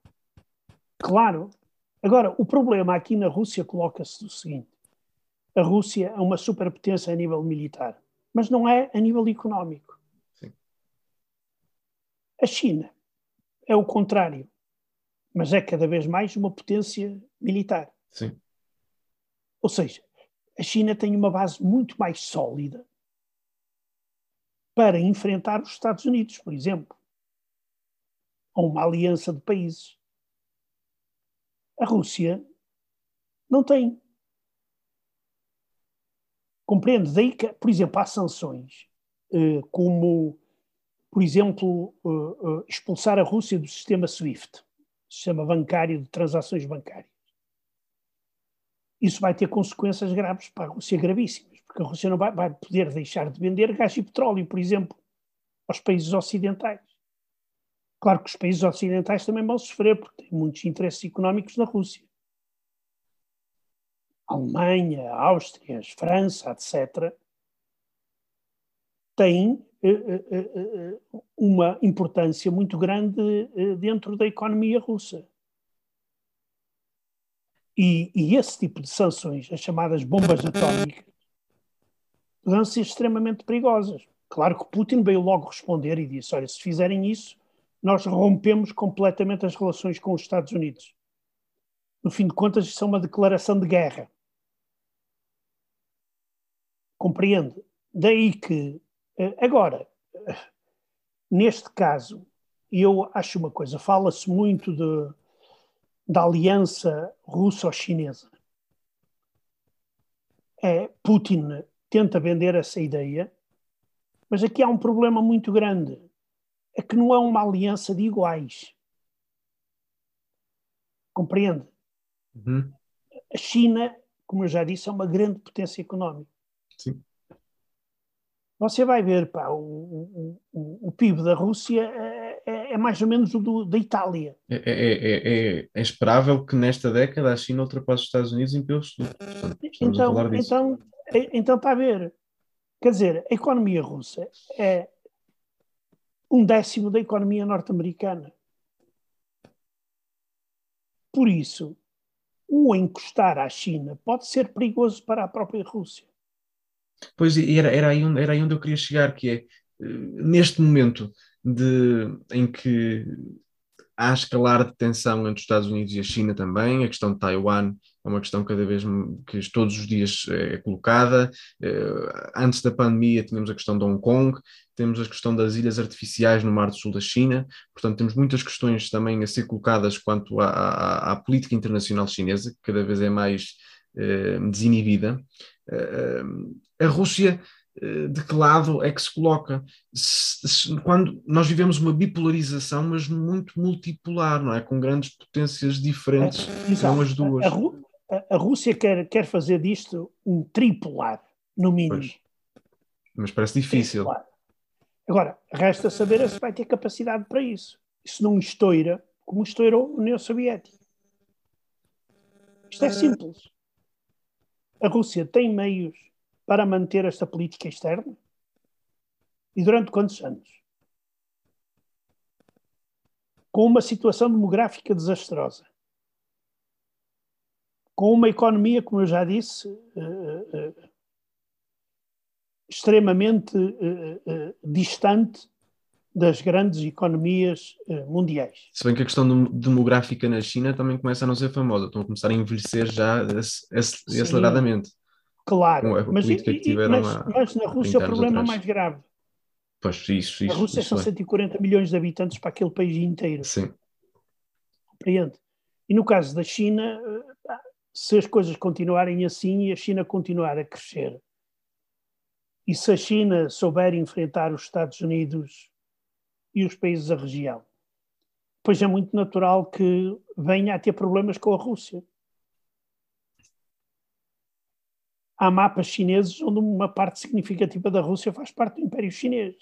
Agora, o problema aqui na Rússia coloca-se o seguinte: a Rússia é uma superpotência a nível militar, mas não é a nível económico. Sim. A China é o contrário, mas é cada vez mais uma potência militar. Sim. Ou seja, a China tem uma base muito mais sólida para enfrentar os Estados Unidos, por exemplo, ou uma aliança de países. A Rússia não tem. Compreende? Daí que, por exemplo, há sanções, como, por exemplo, expulsar a Rússia do sistema SWIFT, sistema bancário de transações bancárias. Isso vai ter consequências graves para a Rússia, gravíssimas, porque a Rússia não vai poder deixar de vender gás e petróleo, por exemplo, aos países ocidentais. Claro que os países ocidentais também vão sofrer, porque têm muitos interesses económicos na Rússia. A Alemanha, a Áustria, a França, etc., têm uma importância muito grande dentro da economia russa. E esse tipo de sanções, as chamadas bombas atómicas, podem ser extremamente perigosas. Claro que Putin veio logo responder e disse: olha, se fizerem isso, nós rompemos completamente as relações com os Estados Unidos. No fim de contas, isso é uma declaração de guerra. Compreende? Daí que, agora, neste caso, eu acho uma coisa, fala-se muito da aliança russo-chinesa. Putin tenta vender essa ideia, mas aqui há um problema muito grande. É que não é uma aliança de iguais. Compreende? Uhum. A China, como eu já disse, é uma grande potência económica. Sim. Você vai ver, o PIB da Rússia é mais ou menos o da Itália. É esperável que nesta década a China ultrapasse os Estados Unidos em peso. Estamos a falar disso. Então está a ver. Quer dizer, a economia russa é 1/10 da economia norte-americana. Por isso, o encostar à China pode ser perigoso para a própria Rússia. Pois, e era aí onde eu queria chegar, que é, neste momento em que há escalar de tensão entre os Estados Unidos e a China também, a questão de Taiwan é uma questão cada vez que todos os dias é colocada. Antes da pandemia tínhamos a questão de Hong Kong, temos a questão das ilhas artificiais no Mar do Sul da China, portanto temos muitas questões também a ser colocadas quanto à política internacional chinesa, que cada vez é mais desinibida. A Rússia, de que lado é que se coloca? Quando nós vivemos uma bipolarização, mas muito multipolar, não é? Com grandes potências diferentes, são as duas. A Rússia quer fazer disto um tripolar, no mínimo. Pois. Mas parece difícil. Tripolar. Agora, resta saber se vai ter capacidade para isso. Isso não estoura como estourou a União Soviética. Isto é simples. A Rússia tem meios para manter esta política externa? E durante quantos anos? Com uma situação demográfica desastrosa. Com uma economia, como eu já disse, extremamente distante das grandes economias mundiais. Se bem que a questão demográfica na China também começa a não ser famosa, estão a começar a envelhecer já aceleradamente. Claro, Com a política que tiveram mas na há Rússia 30 o anos problema é atrás. mais grave. Pois, isso A Rússia são é. 140 milhões de habitantes para aquele país inteiro. Sim. Compreende? E no caso da China, se as coisas continuarem assim e a China continuar a crescer, e se a China souber enfrentar os Estados Unidos e os países da região, pois é muito natural que venha a ter problemas com a Rússia. Há mapas chineses onde uma parte significativa da Rússia faz parte do Império Chinês.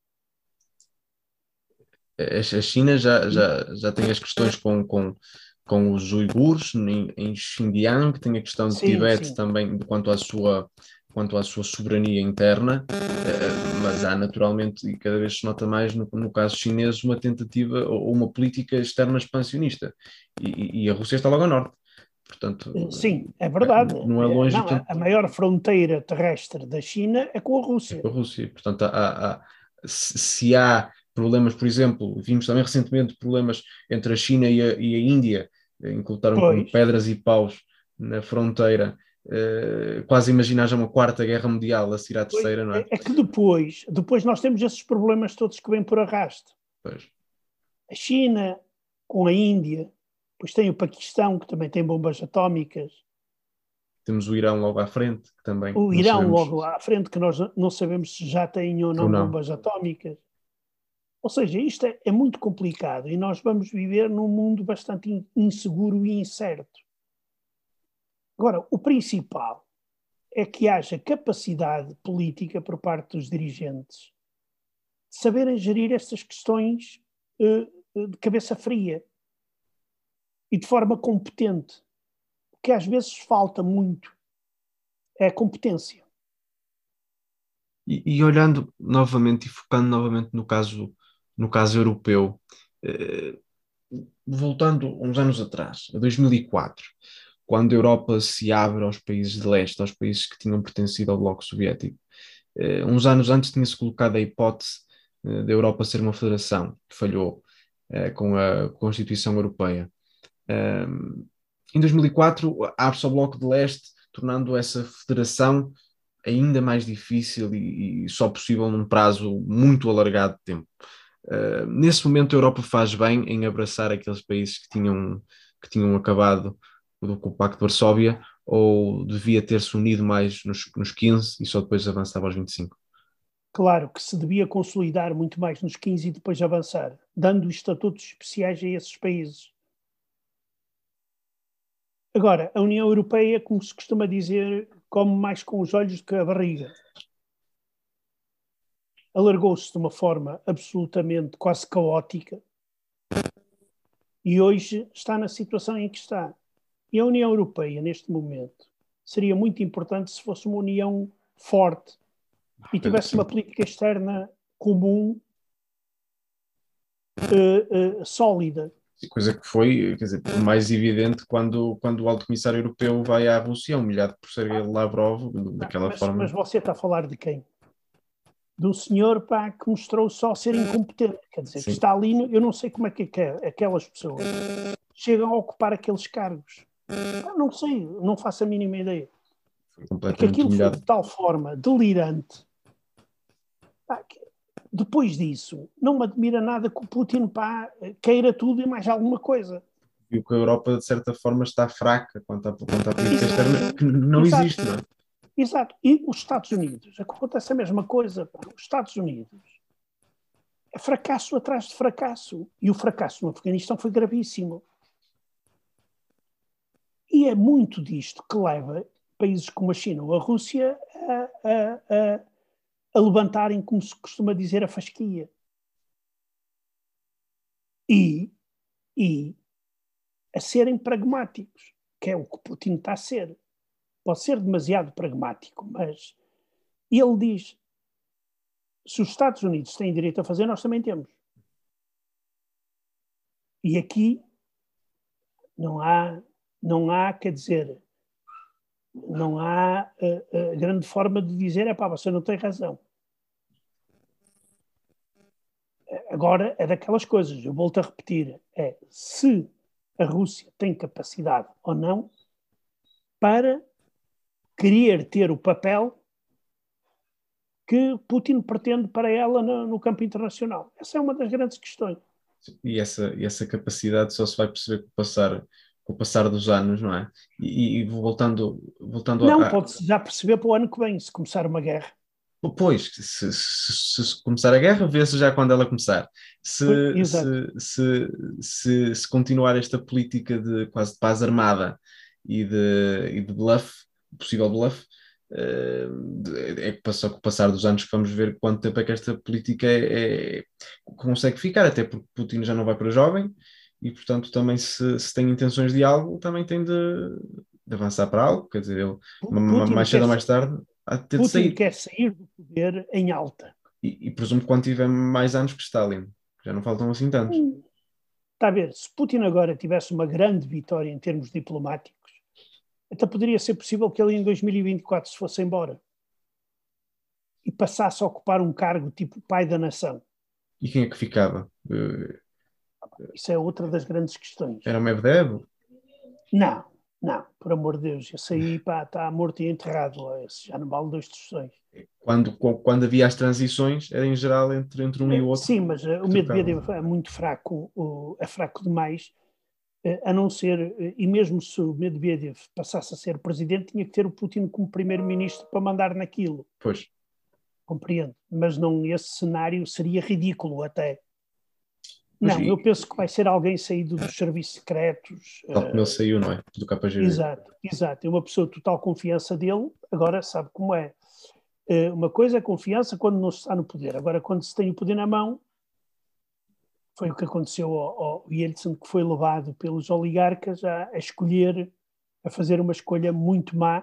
A China já tem as questões com os uigures em Xinjiang, tem a questão de Tibete também quanto à sua soberania interna, mas há naturalmente, e cada vez se nota mais no caso chinês, uma tentativa ou uma política externa expansionista. E a Rússia está logo ao norte. Portanto, sim, é verdade. Não é longe. Não, a maior fronteira terrestre da China é com a Rússia. É com a Rússia. Portanto, se há problemas, por exemplo, vimos também recentemente problemas entre a China e a Índia, incultaram com pedras e paus na fronteira, quase imaginar já uma quarta guerra mundial a seguir à terceira, não é? É que depois nós temos esses problemas todos que vêm por arrasto. Pois. A China com a Índia, depois tem o Paquistão, que também tem bombas atómicas. Temos o Irão logo à frente, que também. O Irão logo à frente, que nós não sabemos se já têm ou não bombas atómicas. Ou seja, isto é muito complicado e nós vamos viver num mundo bastante inseguro e incerto. Agora, o principal é que haja capacidade política por parte dos dirigentes de saberem gerir estas questões de cabeça fria e de forma competente. O que às vezes falta muito é a competência. E olhando novamente e focando novamente no caso europeu, voltando uns anos atrás, a 2004, quando a Europa se abre aos países de leste, aos países que tinham pertencido ao Bloco Soviético, uns anos antes tinha-se colocado a hipótese da Europa ser uma federação, que falhou com a Constituição Europeia. Em 2004 abre-se ao Bloco de Leste, tornando essa federação ainda mais difícil e só possível num prazo muito alargado de tempo. Nesse momento a Europa faz bem em abraçar aqueles países que tinham acabado com o Pacto de Varsóvia, ou devia ter-se unido mais nos 15 e só depois avançava aos 25? Claro que se devia consolidar muito mais nos 15 e depois avançar, dando estatutos especiais a esses países. Agora, a União Europeia, como se costuma dizer, come mais com os olhos do que a barriga. Alargou-se de uma forma absolutamente quase caótica e hoje está na situação em que está. E a União Europeia, neste momento, seria muito importante se fosse uma união forte e tivesse uma política externa comum, sólida. Coisa que foi, quer dizer, mais evidente quando o Alto Comissário Europeu vai à Rússia, humilhado por ser Lavrov, daquela forma. Mas você está a falar de quem? De um senhor que mostrou só ser incompetente. Quer dizer, que está ali, eu não sei como é que aquelas pessoas chegam a ocupar aqueles cargos. Não sei, não faço a mínima ideia. Porque aquilo foi de tal forma delirante. Depois disso, não me admira nada que o Putin queira tudo e mais alguma coisa. E que a Europa, de certa forma, está fraca quanto à política externa, que não existe, não é? Exato. E os Estados Unidos? Acontece a mesma coisa. Os Estados Unidos é fracasso atrás de fracasso. E o fracasso no Afeganistão foi gravíssimo. E é muito disto que leva países como a China ou a Rússia a a levantarem, como se costuma dizer, a fasquia. E a serem pragmáticos, que é o que Putin está a ser. Pode ser demasiado pragmático, mas ele diz, se os Estados Unidos têm direito a fazer, nós também temos. E aqui não há, quer dizer, não há grande forma de dizer, você não tem razão. Agora, é daquelas coisas, eu volto a repetir, se a Rússia tem capacidade ou não para querer ter o papel que Putin pretende para ela no campo internacional. Essa é uma das grandes questões. E essa capacidade só se vai perceber com o passar dos anos, não é? E voltando não, pode-se já perceber para o ano que vem, se começar uma guerra. Pois, se começar a guerra, vê-se já quando ela começar. Se continuar esta política de quase de paz armada e de bluff, possível bluff, é que com o passar dos anos que vamos ver quanto tempo é que esta política consegue ficar, até porque Putin já não vai para jovem e, portanto, também se tem intenções de algo, também tem de avançar para algo, quer dizer, ele, mais cedo ou mais tarde, há de ter de Putin sair. quer sair do poder em alta. E presumo que quando tiver mais anos que Stalin, já não faltam assim tantos. Está a ver, se Putin agora tivesse uma grande vitória em termos diplomáticos, até poderia ser possível que ele em 2024 se fosse embora e passasse a ocupar um cargo tipo pai da nação. E quem é que ficava? Isso é outra das grandes questões. Era o Medvedev? Não, por amor de Deus, esse aí está morto e enterrado, esse já não vale 2 tostões. Quando havia as transições, era em geral entre um e o outro. Sim, mas o Medvedev é muito fraco, é fraco demais, a não ser, e mesmo se o Medvedev passasse a ser presidente, tinha que ter o Putin como primeiro-ministro para mandar naquilo. Pois. Compreendo, mas não, esse cenário seria ridículo até. Não, eu penso que vai ser alguém saído dos serviços secretos. Tal como ele saiu, não é? Do KGB. Exato. É uma pessoa de total confiança dele, agora sabe como é. Uma coisa é confiança quando não se está no poder. Agora, quando se tem o poder na mão, foi o que aconteceu ao Yeltsin, que foi levado pelos oligarcas a escolher, a fazer uma escolha muito má,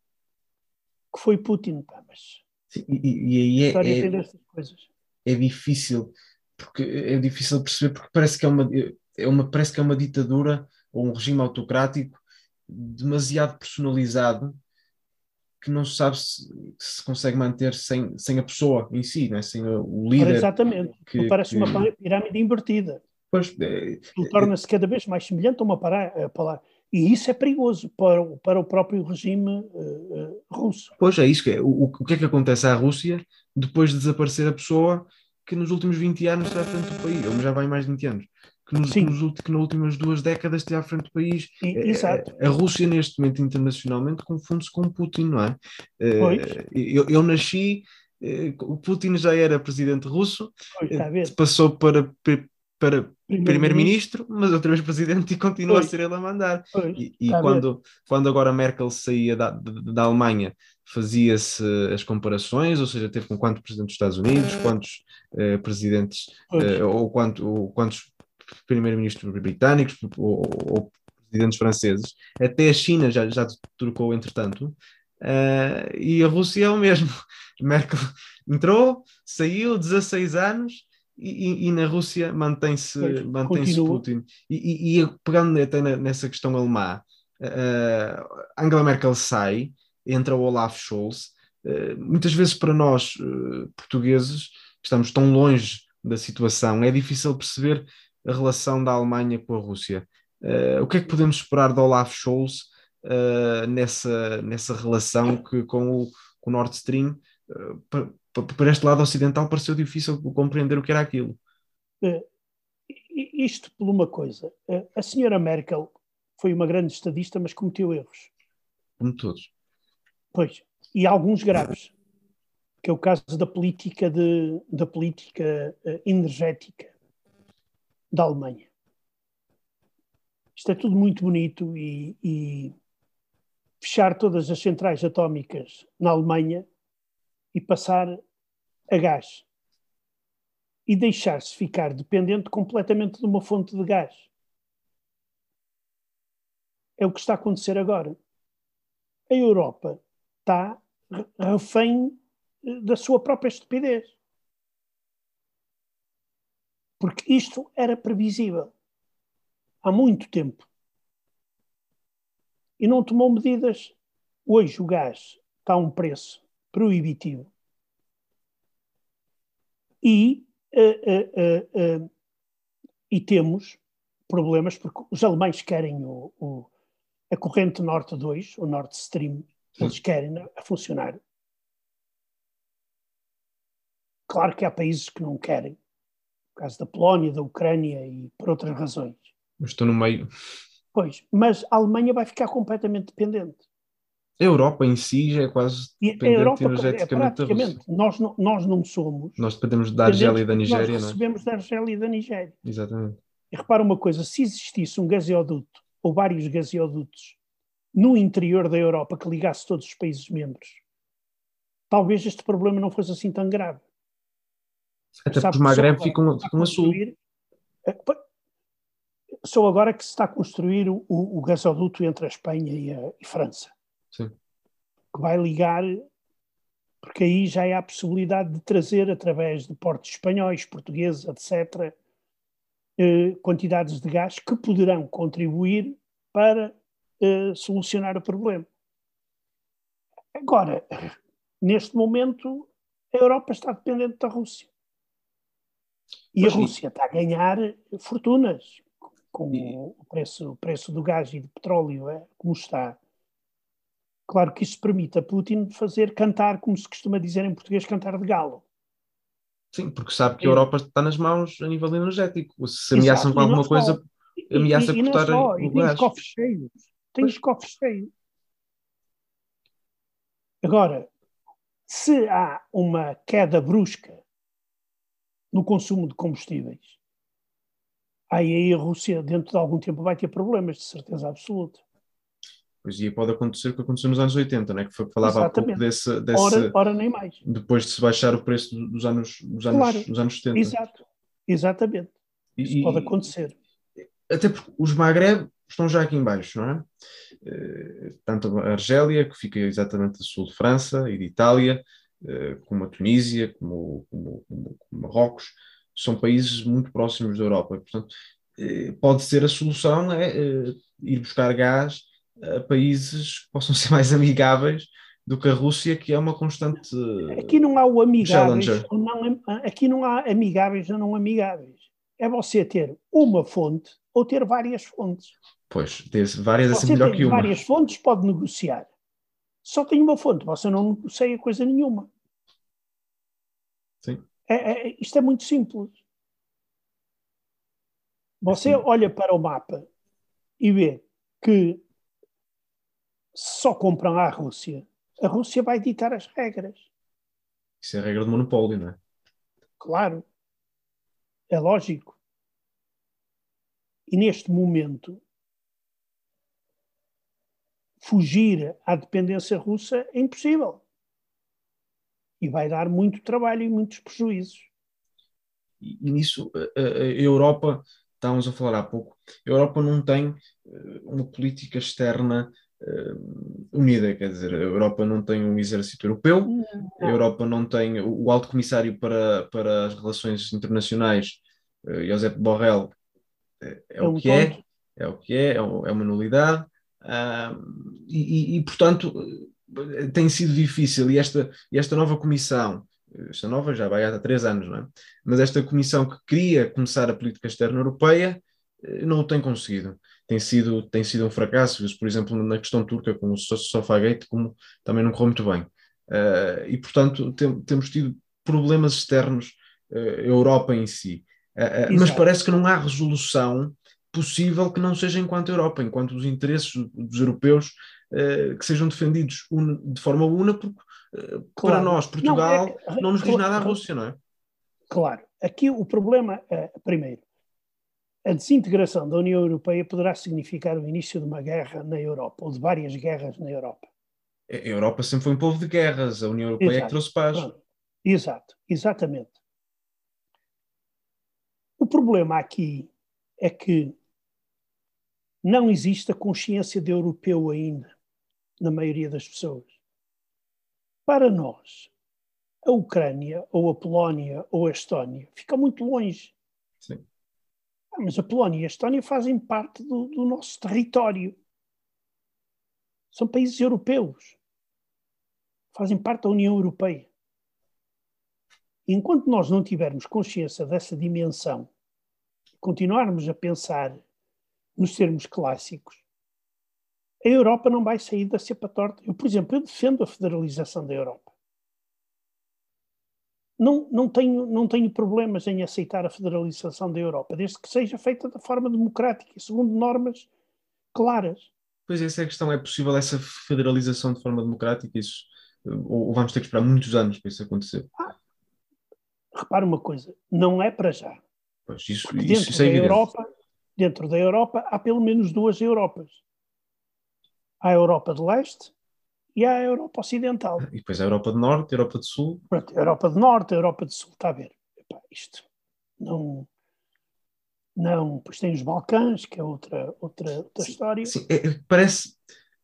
que foi Putin. Mas sim, e a história tem destas coisas. É difícil, porque é difícil perceber, porque parece que parece que é uma ditadura ou um regime autocrático demasiado personalizado, que não se sabe se consegue manter sem a pessoa em si, né? Sem o líder. Exatamente. Parece uma pirâmide invertida. Pois, ele torna-se cada vez mais semelhante a uma palavra. E isso é perigoso para o próprio regime russo. Pois é, isso que é. O que é que acontece à Rússia depois de desaparecer a pessoa que nos últimos 20 anos está à frente do país, ou já vai mais de 20 anos, que nas últimas 2 décadas esteve à frente do país. Exato. A Rússia, neste momento, internacionalmente, confunde-se com Putin, não é? Eu nasci, o Putin já era presidente russo, passou para primeiro-ministro, mas outra vez presidente e continua a ser ele a mandar. E quando agora Merkel saía da Alemanha, fazia-se as comparações, ou seja, teve com quantos presidentes dos Estados Unidos, quantos presidentes, ou quantos primeiros-ministros britânicos, ou presidentes franceses. Até a China já trocou, entretanto. E a Rússia é o mesmo. Merkel entrou, saiu, 16 anos, e na Rússia mantém-se Putin. E pegando até nessa questão alemã, Angela Merkel sai, entra o Olaf Scholz. Muitas vezes para nós, portugueses, que estamos tão longe da situação, é difícil perceber a relação da Alemanha com a Rússia. O que é que podemos esperar de Olaf Scholz nessa relação com o Nord Stream? Para este lado ocidental pareceu difícil compreender o que era aquilo. Isto por uma coisa. A senhora Merkel foi uma grande estadista, mas cometeu erros. Como todos. Pois, e alguns graves. Que é o caso da política energética da Alemanha. Isto é tudo muito bonito e fechar todas as centrais atómicas na Alemanha e passar a gás e deixar-se ficar dependente completamente de uma fonte de gás. É o que está a acontecer agora. A Europa está refém da sua própria estupidez. Porque isto era previsível há muito tempo. E não tomou medidas. Hoje o gás está a um preço proibitivo. E temos problemas, porque os alemães querem a corrente Norte 2, o Nord Stream, eles querem a funcionar. Claro que há países que não querem, no caso da Polónia, da Ucrânia e por outras razões. Mas estou no meio. Pois, mas a Alemanha vai ficar completamente dependente. A Europa em si já é quase dependente Europa, energeticamente da Rússia. Nós não somos. Nós dependemos da Argélia e da Nigéria, nós recebemos da Argélia e da Nigéria. Exatamente. E repara uma coisa, se existisse um gasoduto ou vários gasodutos no interior da Europa que ligasse todos os países membros, talvez este problema não fosse assim tão grave. Até porque os Maghreb ficam a sul. Só agora que se está a construir o gasoduto entre a Espanha e a França. Sim. Que vai ligar, porque aí já há a possibilidade de trazer, através de portos espanhóis, portugueses, etc., quantidades de gás que poderão contribuir para solucionar o problema. Agora, neste momento, a Europa está dependente da Rússia. E a Rússia está a ganhar fortunas com o preço do gás e do petróleo, como está. Claro que isso permite a Putin fazer cantar, como se costuma dizer em português, cantar de galo. Sim, porque sabe que a Europa está nas mãos a nível energético. Se ameaçam com alguma coisa, ameaça cortar o gás. Tem os cofres cheios. Agora, se há uma queda brusca no consumo de combustíveis, aí a Rússia, dentro de algum tempo, vai ter problemas, de certeza absoluta. Pois e pode acontecer o que aconteceu nos anos 80, né? Que falava há pouco desse ora nem mais. Depois de se baixar o preço dos anos 70. Exato, exatamente. Isso pode acontecer. Até porque os Maghreb estão já aqui em baixo, não é? Tanto a Argélia, que fica exatamente a sul de França e de Itália, como a Tunísia, como Marrocos, são países muito próximos da Europa. Portanto, pode ser a solução ir buscar gás a países que possam ser mais amigáveis do que a Rússia, que é uma constante aqui não há o amigáveis challenger. Ou não, aqui não há amigáveis ou não amigáveis. É você ter uma fonte ou ter várias fontes. Pois, ter várias é você sempre melhor que uma. Várias fontes pode negociar. Só tem uma fonte, você não negocia coisa nenhuma. Sim. Isto é muito simples. Você olha para o mapa e vê que só compram à Rússia. A Rússia vai ditar as regras. Isso é a regra do monopólio, não é? Claro. É lógico. E neste momento, fugir à dependência russa é impossível. E vai dar muito trabalho e muitos prejuízos. E nisso, a Europa, estávamos a falar há pouco, a Europa não tem uma política externa unida, quer dizer, a Europa não tem um exército europeu, a Europa não tem o alto comissário para as relações internacionais, Josep Borrell, é o que é uma nulidade, e portanto tem sido difícil, e esta nova comissão, esta nova já vai há 3 anos, não é? Mas esta comissão que queria começar a política externa europeia não o tem conseguido. Tem sido um fracasso, por exemplo, na questão turca, com o Sofagate, como também não correu muito bem. E, portanto, temos tido problemas externos, a Europa em si. Mas parece que não há resolução possível que não seja enquanto Europa, enquanto os interesses dos europeus que sejam defendidos de forma una, porque para nós, Portugal, não nos diz nada a Rússia, não é? Claro. Aqui o problema é, primeiro, a desintegração da União Europeia poderá significar o início de uma guerra na Europa, ou de várias guerras na Europa. A Europa sempre foi um povo de guerras, a União Europeia é que trouxe paz. Pronto. Exato, exatamente. O problema aqui é que não existe a consciência de europeu ainda, na maioria das pessoas. Para nós, a Ucrânia, ou a Polónia, ou a Estónia, fica muito longe. Sim. Mas a Polónia e a Estónia fazem parte do nosso território. São países europeus. Fazem parte da União Europeia. E enquanto nós não tivermos consciência dessa dimensão, continuarmos a pensar nos termos clássicos, a Europa não vai sair da cepa torta. Eu, por exemplo, eu defendo a federalização da Europa. Não tenho problemas em aceitar a federalização da Europa, desde que seja feita de forma democrática, segundo normas claras. Pois essa é a questão, é possível essa federalização de forma democrática? Isso, ou vamos ter que esperar muitos anos para isso acontecer? Repara uma coisa, não é para já. Pois, isso é evidente. Dentro da Europa há pelo menos duas Europas. Há a Europa de Leste e há a Europa Ocidental. E depois a Europa do Norte, a Europa do Sul. Pronto, a Europa do Norte, a Europa do Sul, está a ver. Epá, isto não, pois tem os Balcãs, que é outra história. Sim, parece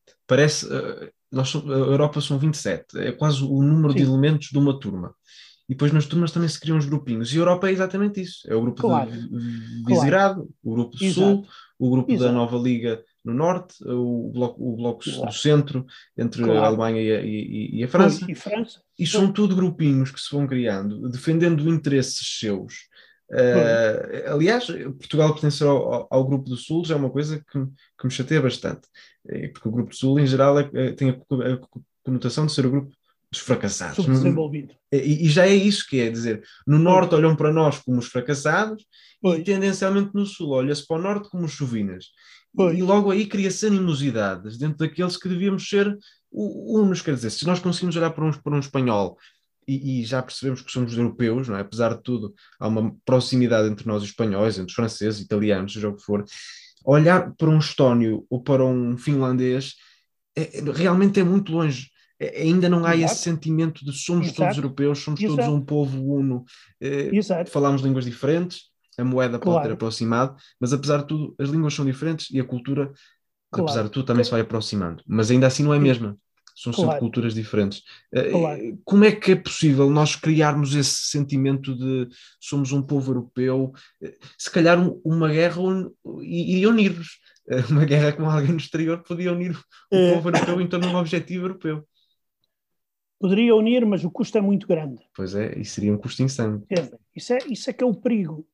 a Europa são 27, é quase o número de elementos de uma turma. E depois nas turmas também se criam os grupinhos. E a Europa é exatamente isso. É o grupo de Visegrado, o grupo do Sul, o grupo da Nova Liga no Norte, o bloco do Centro, entre a Alemanha e a França. E são tudo grupinhos que se vão criando, defendendo interesses seus. Aliás, Portugal pertencer ao grupo do Sul já é uma coisa que me chateia bastante. Porque o grupo do Sul, em geral, tem a conotação de ser o grupo dos fracassados. Subdesenvolvido. E já é isso que é dizer. No Norte olham para nós como os fracassados e tendencialmente no Sul olha-se para o Norte como os chovinas. E logo aí cria-se animosidades dentro daqueles que devíamos ser unos. Quer dizer, se nós conseguimos olhar para um espanhol e já percebemos que somos europeus, não é? Apesar de tudo, há uma proximidade entre nós e os espanhóis, entre os franceses, italianos, seja o que for. Olhar para um estónio ou para um finlandês realmente é muito longe. Ainda não há esse sentimento de somos todos europeus, somos todos um povo uno. Falamos línguas diferentes, a moeda pode ter aproximado, mas apesar de tudo, as línguas são diferentes e a cultura, apesar de tudo, também se vai aproximando. Mas ainda assim não é a mesma. São sempre culturas diferentes. Como é que é possível nós criarmos esse sentimento de somos um povo europeu? Se calhar uma guerra iria unir-nos. Uma guerra com alguém no exterior podia unir o povo europeu em torno de um objetivo europeu. Poderia unir, mas o custo é muito grande. Pois é, e seria um custo insano. Isso é que é o perigo.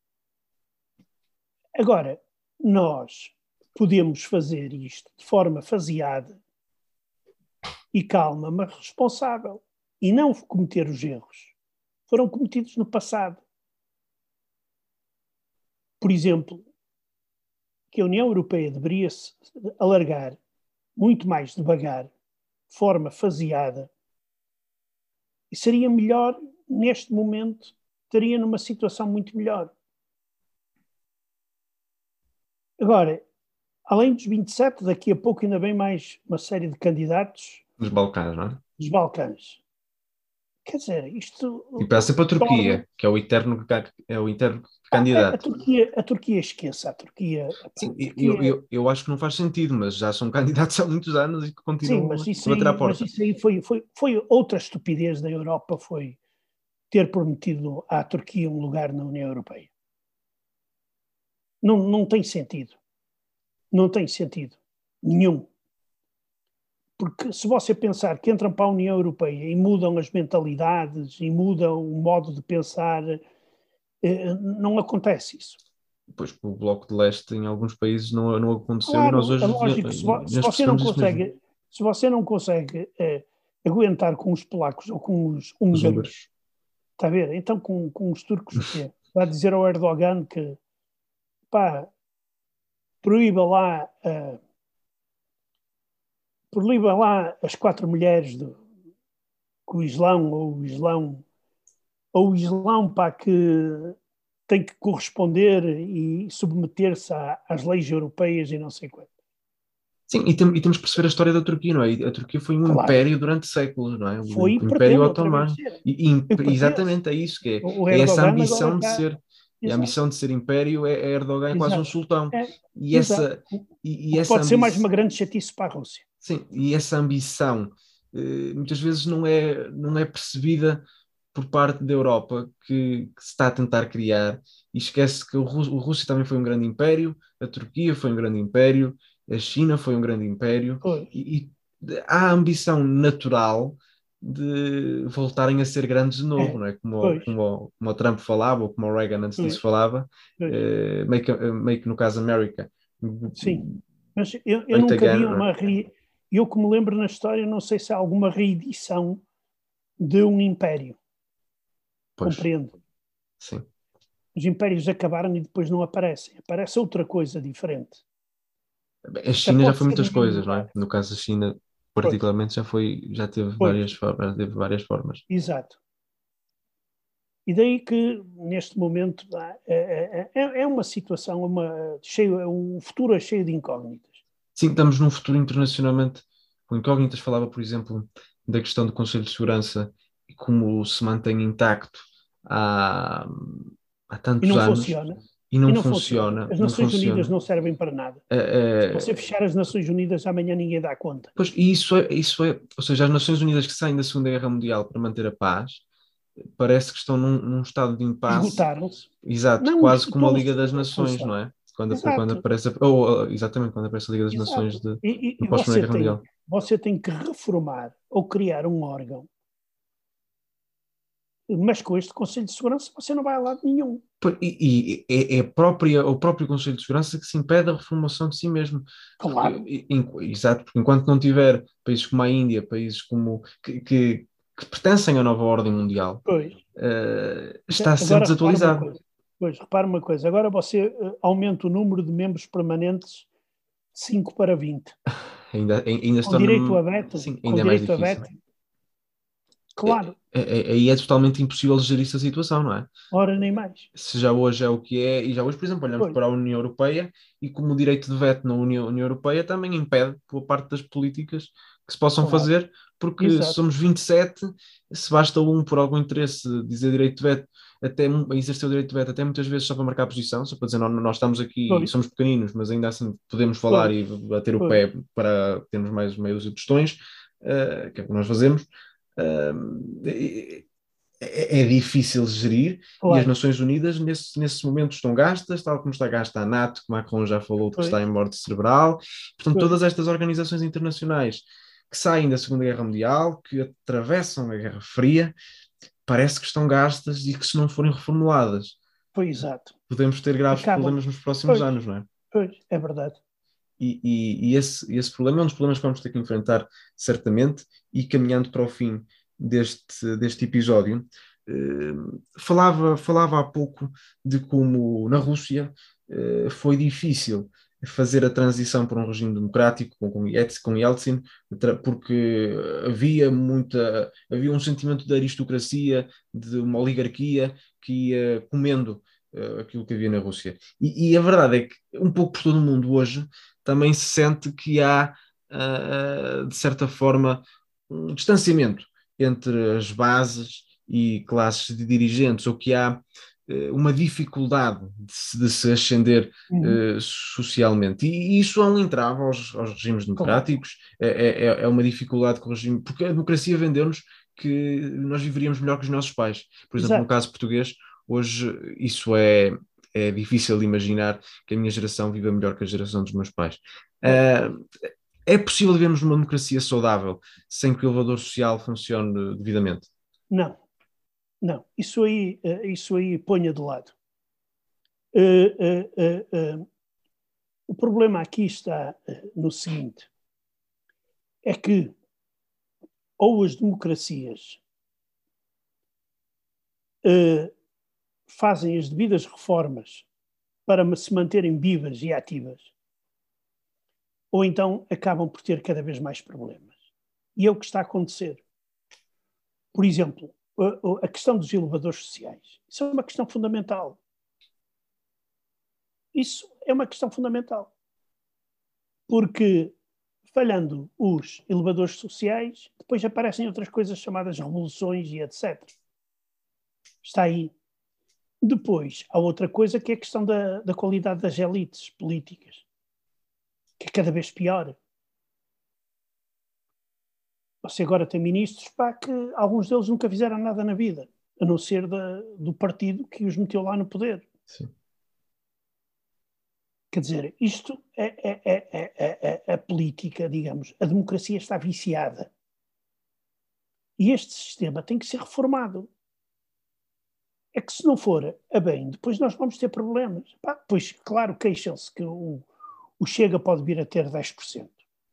Agora, nós podemos fazer isto de forma faseada e calma, mas responsável. E não cometer os erros. Foram cometidos no passado. Por exemplo, que a União Europeia deveria se alargar muito mais devagar, de forma faseada, e seria melhor, neste momento, estaria numa situação muito melhor. Agora, além dos 27, daqui a pouco ainda vem mais uma série de candidatos. Dos Balcãs, não é? Dos Balcãs. Quer dizer, isto... E passa para a Turquia, que é o eterno candidato. A Turquia esqueça. A Turquia... Sim, eu acho que não faz sentido, mas já são candidatos há muitos anos e que continuam a bater à porta. Mas isso aí foi outra estupidez da Europa, foi ter prometido à Turquia um lugar na União Europeia. Não tem sentido. Não tem sentido nenhum. Porque se você pensar que entram para a União Europeia e mudam as mentalidades e mudam o modo de pensar, não acontece isso. Pois, o Bloco de Leste em alguns países não aconteceu. Claro, e nós hoje é lógico, se você não consegue aguentar com os polacos ou com os húngaros, está a ver? Então com os turcos o quê? Vai dizer ao Erdogan que proíba lá as 4 mulheres que o Islão que tem que corresponder e submeter-se às leis europeias e não sei quanto. Sim, e temos que perceber a história da Turquia, não é? A Turquia foi um Claro, império durante séculos, não é? foi O Império perdendo outra vez. Otomano. E perdeu-se. Exatamente, é isso que é. O É essa Erdogan agora ambição de está. ser, é a Exato, ambição de ser império, é Erdogan é quase um exato. sultão. É, E exato. essa, e O que essa pode ser mais uma ambição, grande chatice para a Rússia. sim, e essa ambição muitas vezes não é percebida por parte da Europa que se está a tentar criar e esquece que o Rússia também foi um grande império, a Turquia foi um grande império, a China foi um grande império Pois, há a ambição natural de voltarem a ser grandes de novo, é, não é? pois, Como o Trump falava, ou como o Reagan antes disso pois, falava, pois. make no caso América, Sim. Mas eu great nunca vi again, não é? uma. Eu, que me lembro na história, não sei se há alguma reedição de um império. Pois, Compreendo. sim. Os impérios acabaram e depois não aparecem. Aparece outra coisa diferente. A Até China já pode foi ser no muitas mesmo coisas, não é? lugar. No caso da China, Pois, particularmente, já teve pois, várias formas, teve várias formas. exato. E daí que, neste momento, é uma situação, um futuro é cheio de incógnitas. Sim, estamos num futuro internacionalmente com incógnitas. Falava, por exemplo, da questão do Conselho de Segurança e como se mantém intacto há, há E tantos não anos funciona. e E não não funciona. funciona, As não Nações Unidas funciona. não servem para nada. Se Eh, você fechar as Nações Unidas, amanhã ninguém dá conta. Pois, e isso é, ou seja, as Nações Unidas que saem da Segunda Guerra Mundial para manter a paz, parece que estão num estado de impasse, Esgotaram-se. exato, Não, quase como a Liga das a Nações, não função. é? Quando Exato, aparece, exatamente, quando aparece a Liga das Nações exato. E, no e pós-Primeira Guerra Mundial. você tem que reformar ou criar um órgão, mas com este Conselho de Segurança você não vai a lado nenhum. E é o próprio Conselho de Segurança que se impede a reformulação de si mesmo. Porque, Claro, exato, porque enquanto não tiver países como a Índia, países que pertencem à nova ordem mundial, pois. está sempre Agora repara uma desatualizado. coisa. Pois, repara uma coisa. Agora você aumenta o número de membros permanentes de 5 para 20. Ainda se Com direito torna, a veto, sim, com ainda é mais direito a difícil. veto, claro, Aí é totalmente impossível gerir essa situação, não é? ora nem mais. Se já hoje é o que é, e já hoje, por exemplo, olhamos Pois, para a União Europeia e como o direito de veto na União Europeia também impede, por parte das políticas que se possam claro, fazer, porque se exato. somos 27, se basta um por algum interesse dizer direito de veto, até exercer o direito de veto, até muitas vezes só para marcar posição, só para dizer nós estamos aqui, Pois, somos pequeninos, mas ainda assim podemos falar pois, e bater o pois, pé para termos mais meia dúzia de questões, que é o que nós fazemos. É difícil gerir e as claro, Nações Unidas nesse momento estão gastas, tal como está gasta a NATO, que Macron já falou de que está pois, em morte cerebral. Portanto, pois, todas estas organizações internacionais que saem da Segunda Guerra Mundial, que atravessam a Guerra Fria, parece que estão gastas e que se não forem reformuladas, pois, exato. podemos ter graves Acabam. problemas nos próximos Pois, anos, não é? pois, é verdade. E esse problema é um dos problemas que vamos ter que enfrentar certamente e caminhando para o fim deste episódio. Falava há pouco de como na Rússia foi difícil fazer a transição para um regime democrático com Yeltsin, porque havia um sentimento de aristocracia, de uma oligarquia que ia comendo aquilo que havia na Rússia. E a verdade é que, um pouco por todo o mundo hoje, também se sente que há, de certa forma, um distanciamento entre as bases e classes de dirigentes, ou que há uma dificuldade de se ascender Uhum, socialmente. E isso é um entrave aos regimes claro, democráticos, é uma dificuldade que o regime, porque a democracia vendeu-nos que nós viveríamos melhor que os nossos pais. Por exemplo, no exato. caso português, hoje isso é difícil de imaginar que a minha geração viva melhor que a geração dos meus pais. Uh, é possível vivermos numa democracia saudável sem que o elevador social funcione devidamente? Não, não. Isso aí ponha de lado. Uh, uh, uh, uh, o problema aqui está no seguinte: é que ou as democracias fazem as devidas reformas para se manterem vivas e ativas, ou então acabam por ter cada vez mais problemas. E é o que está a acontecer. Por exemplo, a questão dos elevadores sociais. Isso é uma questão fundamental. Isso é uma questão fundamental. Porque falhando os elevadores sociais, depois aparecem outras coisas chamadas revoluções e etc. Está aí. Depois, há outra coisa que é a questão da qualidade das elites políticas, que é cada vez pior. Você agora tem ministros, pá, que alguns deles nunca fizeram nada na vida, a não ser do partido que os meteu lá no poder. Sim. Quer dizer, isto é a política, digamos, a democracia está viciada. E este sistema tem que ser reformado. É que se não for a bem, depois nós vamos ter problemas. Pá, pois, claro, queixam-se que o Chega pode vir a ter 10%.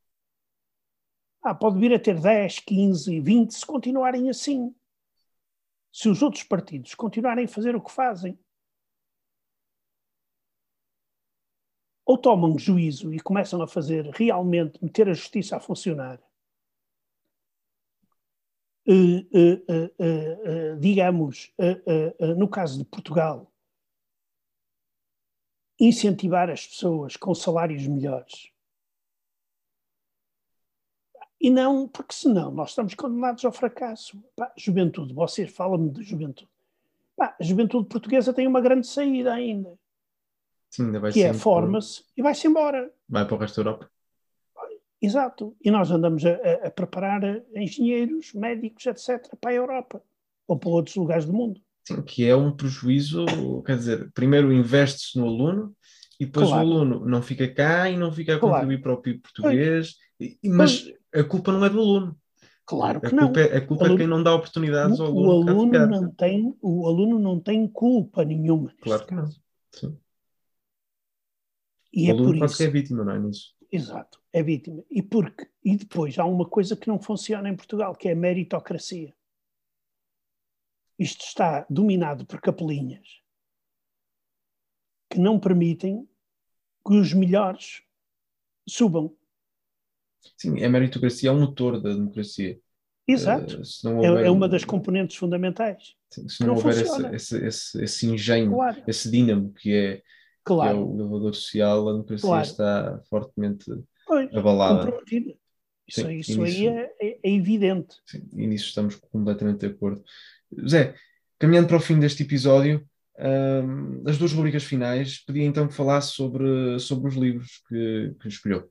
Pode vir a ter 10, 15, 20, se continuarem assim. Se os outros partidos continuarem a fazer o que fazem. Ou tomam juízo e começam a fazer realmente, meter a justiça a funcionar. Digamos, no caso de Portugal, incentivar as pessoas com salários melhores. E não, porque senão nós estamos condenados ao fracasso. Pá, juventude, vocês falam-me de juventude. Pá, a juventude portuguesa tem uma grande saída ainda. Sim, ainda vai Que é sempre... forma-se e vai-se embora. Vai para o resto da Europa. Exato. E nós andamos a preparar engenheiros, médicos, etc., para a Europa ou para outros lugares do mundo. Sim, que é um prejuízo, quer dizer, primeiro investe-se no aluno e depois Claro. o aluno não fica cá e não fica a Claro. contribuir para o PIB português, mas a culpa não é do aluno. Claro que A culpa, não. a culpa é quem não dá oportunidades ao aluno cá ficar. O aluno não tem culpa nenhuma. Claro que não. Sim. E O é aluno por quase que é isso. vítima, não é nisso? Exato, é vítima. E depois há uma coisa que não funciona em Portugal, que é a meritocracia. Isto está dominado por capelinhas que não permitem que os melhores subam. Sim, a meritocracia é o motor da democracia. Exato. Se não houver, É uma das componentes fundamentais. se não houver esse engenho, Claro. esse dínamo que é Claro. o elevador social, a democracia Claro. está fortemente Pois, abalada. comprometida. Sim, Isso aí é evidente. Sim, e nisso estamos completamente de acordo. Zé, caminhando para o fim deste episódio, as duas rubricas finais, podia então que falasse sobre os livros que escolheu.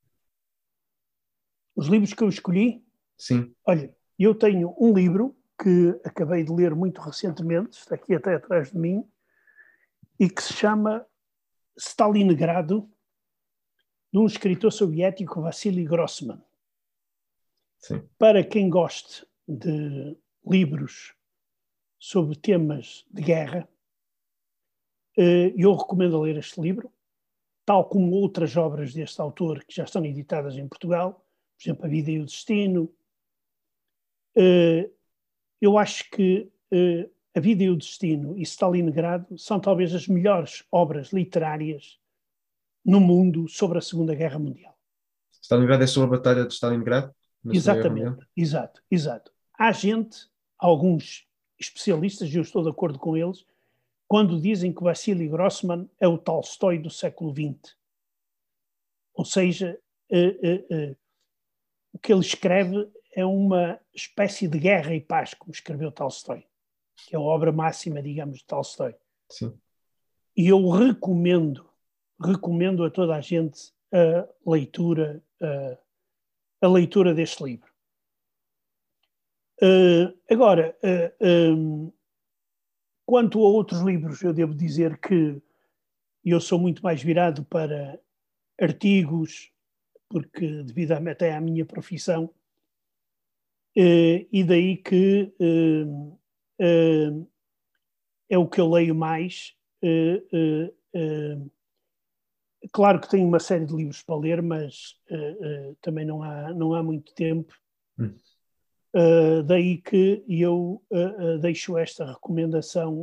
Os livros que eu escolhi, Sim, olha, eu tenho um livro que acabei de ler muito recentemente, está aqui até atrás de mim, e que se chama Stalingrado, de um escritor soviético, Vassili Grossman. sim. Para quem goste de livros sobre temas de guerra, eu recomendo ler este livro, tal como outras obras deste autor que já estão editadas em Portugal, por exemplo, A Vida e o Destino. Eu acho que A Vida e o Destino e Stalingrado são talvez as melhores obras literárias no mundo sobre a Segunda Guerra Mundial. Stalingrado é sobre a Batalha de Stalingrado? Exatamente, exato. Há gente, alguns especialistas, e eu estou de acordo com eles, quando dizem que Vassili Grossman é o Tolstói do século XX. Ou seja, o que ele escreve é uma espécie de Guerra e Paz, como escreveu Tolstói, que é a obra máxima, digamos, de Tolstói. Sim. E eu recomendo a toda a gente a leitura deste livro. Agora, quanto a outros livros, eu devo dizer que eu sou muito mais virado para artigos, porque devido até à minha profissão, e daí que é o que eu leio mais. Claro que tenho uma série de livros para ler, mas também não há muito tempo. Daí que eu deixo esta recomendação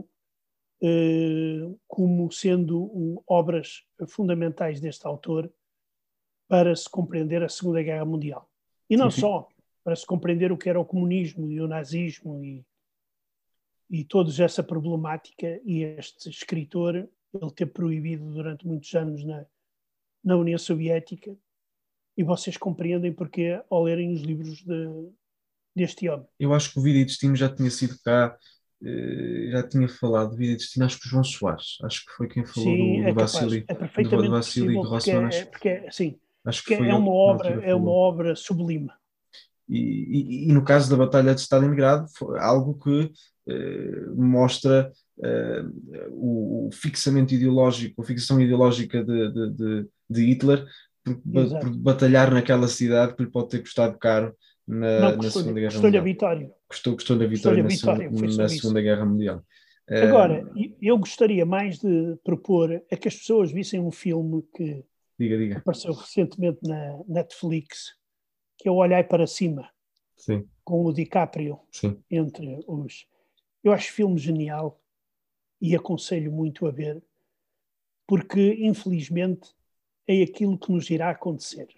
como sendo obras fundamentais deste autor para se compreender a Segunda Guerra Mundial. E não só, para se compreender o que era o comunismo e o nazismo e toda essa problemática, e este escritor, ele ter proibido durante muitos anos na União Soviética, E vocês compreendem porque ao lerem os livros deste homem. Eu acho que o Vida e Destino já tinha sido cá, já tinha falado de Vida e Destino, acho que o João Soares, acho que foi quem falou Sim, do é capaz, Vassili, é do perfeitamente Vassili possível, Grossman, assim, acho que porque foi ele que na altura é uma falou. obra sublime. E no caso da Batalha de Stalingrado, foi algo que mostra eh, o fixamento ideológico, a fixação ideológica de Hitler por Exato. batalhar naquela cidade que lhe pode ter custado caro Não, na Segunda Guerra custou-lhe a Mundial. vitória. Custou-lhe a vitória Custou-lhe a vitória, foi na só isso. Segunda Guerra Mundial. Agora, eu gostaria mais de propor é que as pessoas vissem um filme que Diga. apareceu recentemente na Netflix, que é O Olhar para Cima, Sim, com o DiCaprio sim. entre os... Eu acho o filme genial e aconselho muito a ver, porque, infelizmente, é aquilo que nos irá acontecer.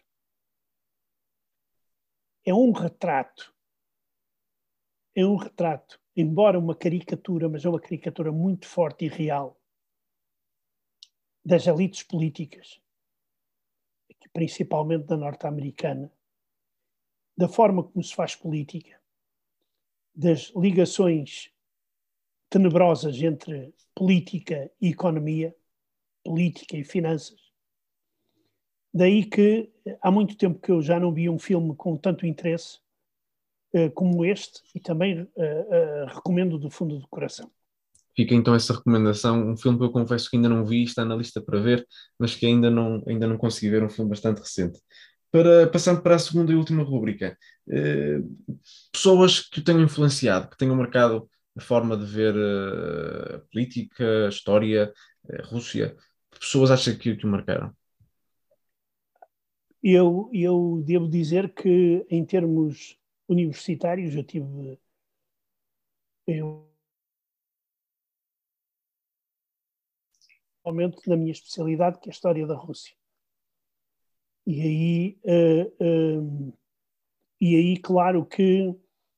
É um retrato, embora uma caricatura, mas é uma caricatura muito forte e real, das elites políticas, principalmente da norte-americana, da forma como se faz política, das ligações tenebrosas entre política e economia, política e finanças. Daí que há muito tempo que eu já não vi um filme com tanto interesse como este, e também recomendo do fundo do coração. Fica então essa recomendação, um filme que eu confesso que ainda não vi, está na lista para ver, mas que ainda não consegui ver, um filme bastante recente. Passando para a segunda e última rúbrica, pessoas que o tenham influenciado, que tenham marcado a forma de ver a política, a história, a Rússia, que pessoas acham que o marcaram? Eu devo dizer que, em termos universitários, atualmente na minha especialidade, que é a História da Rússia. E aí, claro que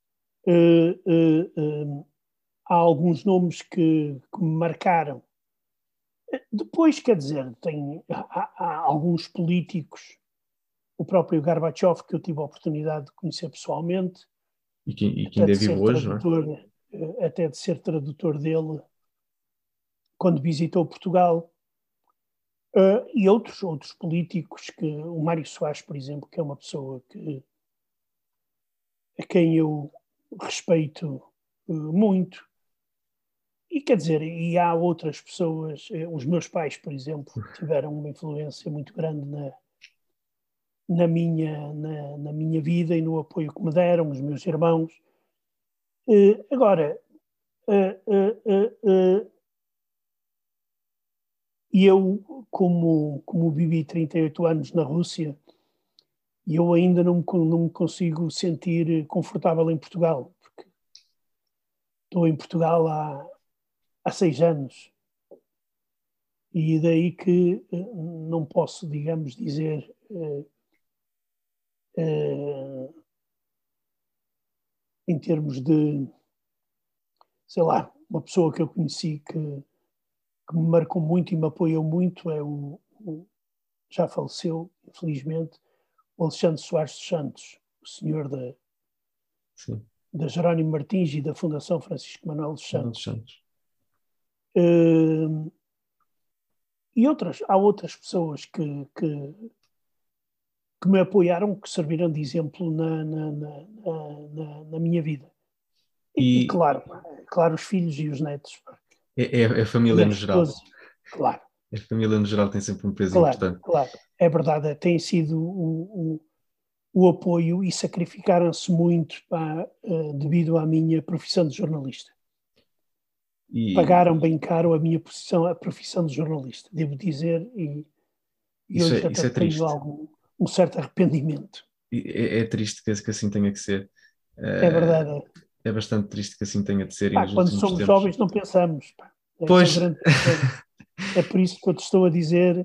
há alguns nomes que me marcaram. Depois, quer dizer, há alguns políticos, o próprio Gorbachev, que eu tive a oportunidade de conhecer pessoalmente, E que ainda é vivo hoje, não é? até de ser tradutor dele quando visitou Portugal. E outros políticos, o Mário Soares, por exemplo, que é uma pessoa a quem eu respeito muito. E quer dizer, e há outras pessoas, os meus pais, por exemplo, tiveram uma influência muito grande na minha vida e no apoio que me deram, os meus irmãos. Agora, e eu, como vivi 38 anos na Rússia, eu ainda não me consigo sentir confortável em Portugal, porque estou em Portugal há 6 anos. E daí que não posso, digamos, dizer em termos de, sei lá, uma pessoa que eu conheci que me marcou muito e me apoiou muito é já faleceu, infelizmente, o Alexandre Soares dos Santos, o senhor da Jerónimo Martins e da Fundação Francisco Manuel dos Santos. E há outras pessoas que me apoiaram, que serviram de exemplo na minha vida. E claro, os filhos e os netos. É a família no geral. Claro. A família no geral tem sempre um peso importante. Claro, é verdade, tem sido o apoio e sacrificaram-se muito devido à minha profissão de jornalista. Pagaram bem caro a minha profissão de jornalista, devo dizer, e hoje até tenho um certo arrependimento. É triste que assim tenha que ser. É verdade. É bastante triste que assim tenha de ser. Quando somos jovens não pensamos. Pois. É por isso que eu te estou a dizer,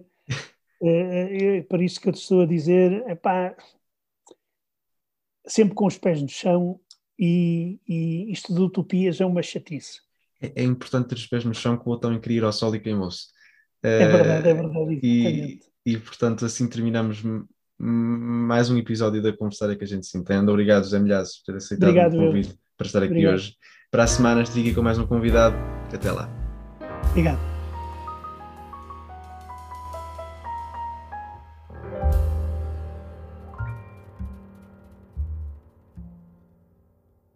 sempre com os pés no chão, e isto de utopias é uma chatice. É importante ter os pés no chão, que o botão em querer ir ao sol e queimou-se. É verdade, exatamente. E portanto assim terminamos mais um episódio da Conversar que a gente se entende. Obrigado, José Milhazes, por ter aceitado Obrigado, o convite para estar aqui Obrigado. hoje. Para a semana estou aqui com mais um convidado. Até lá. Obrigado.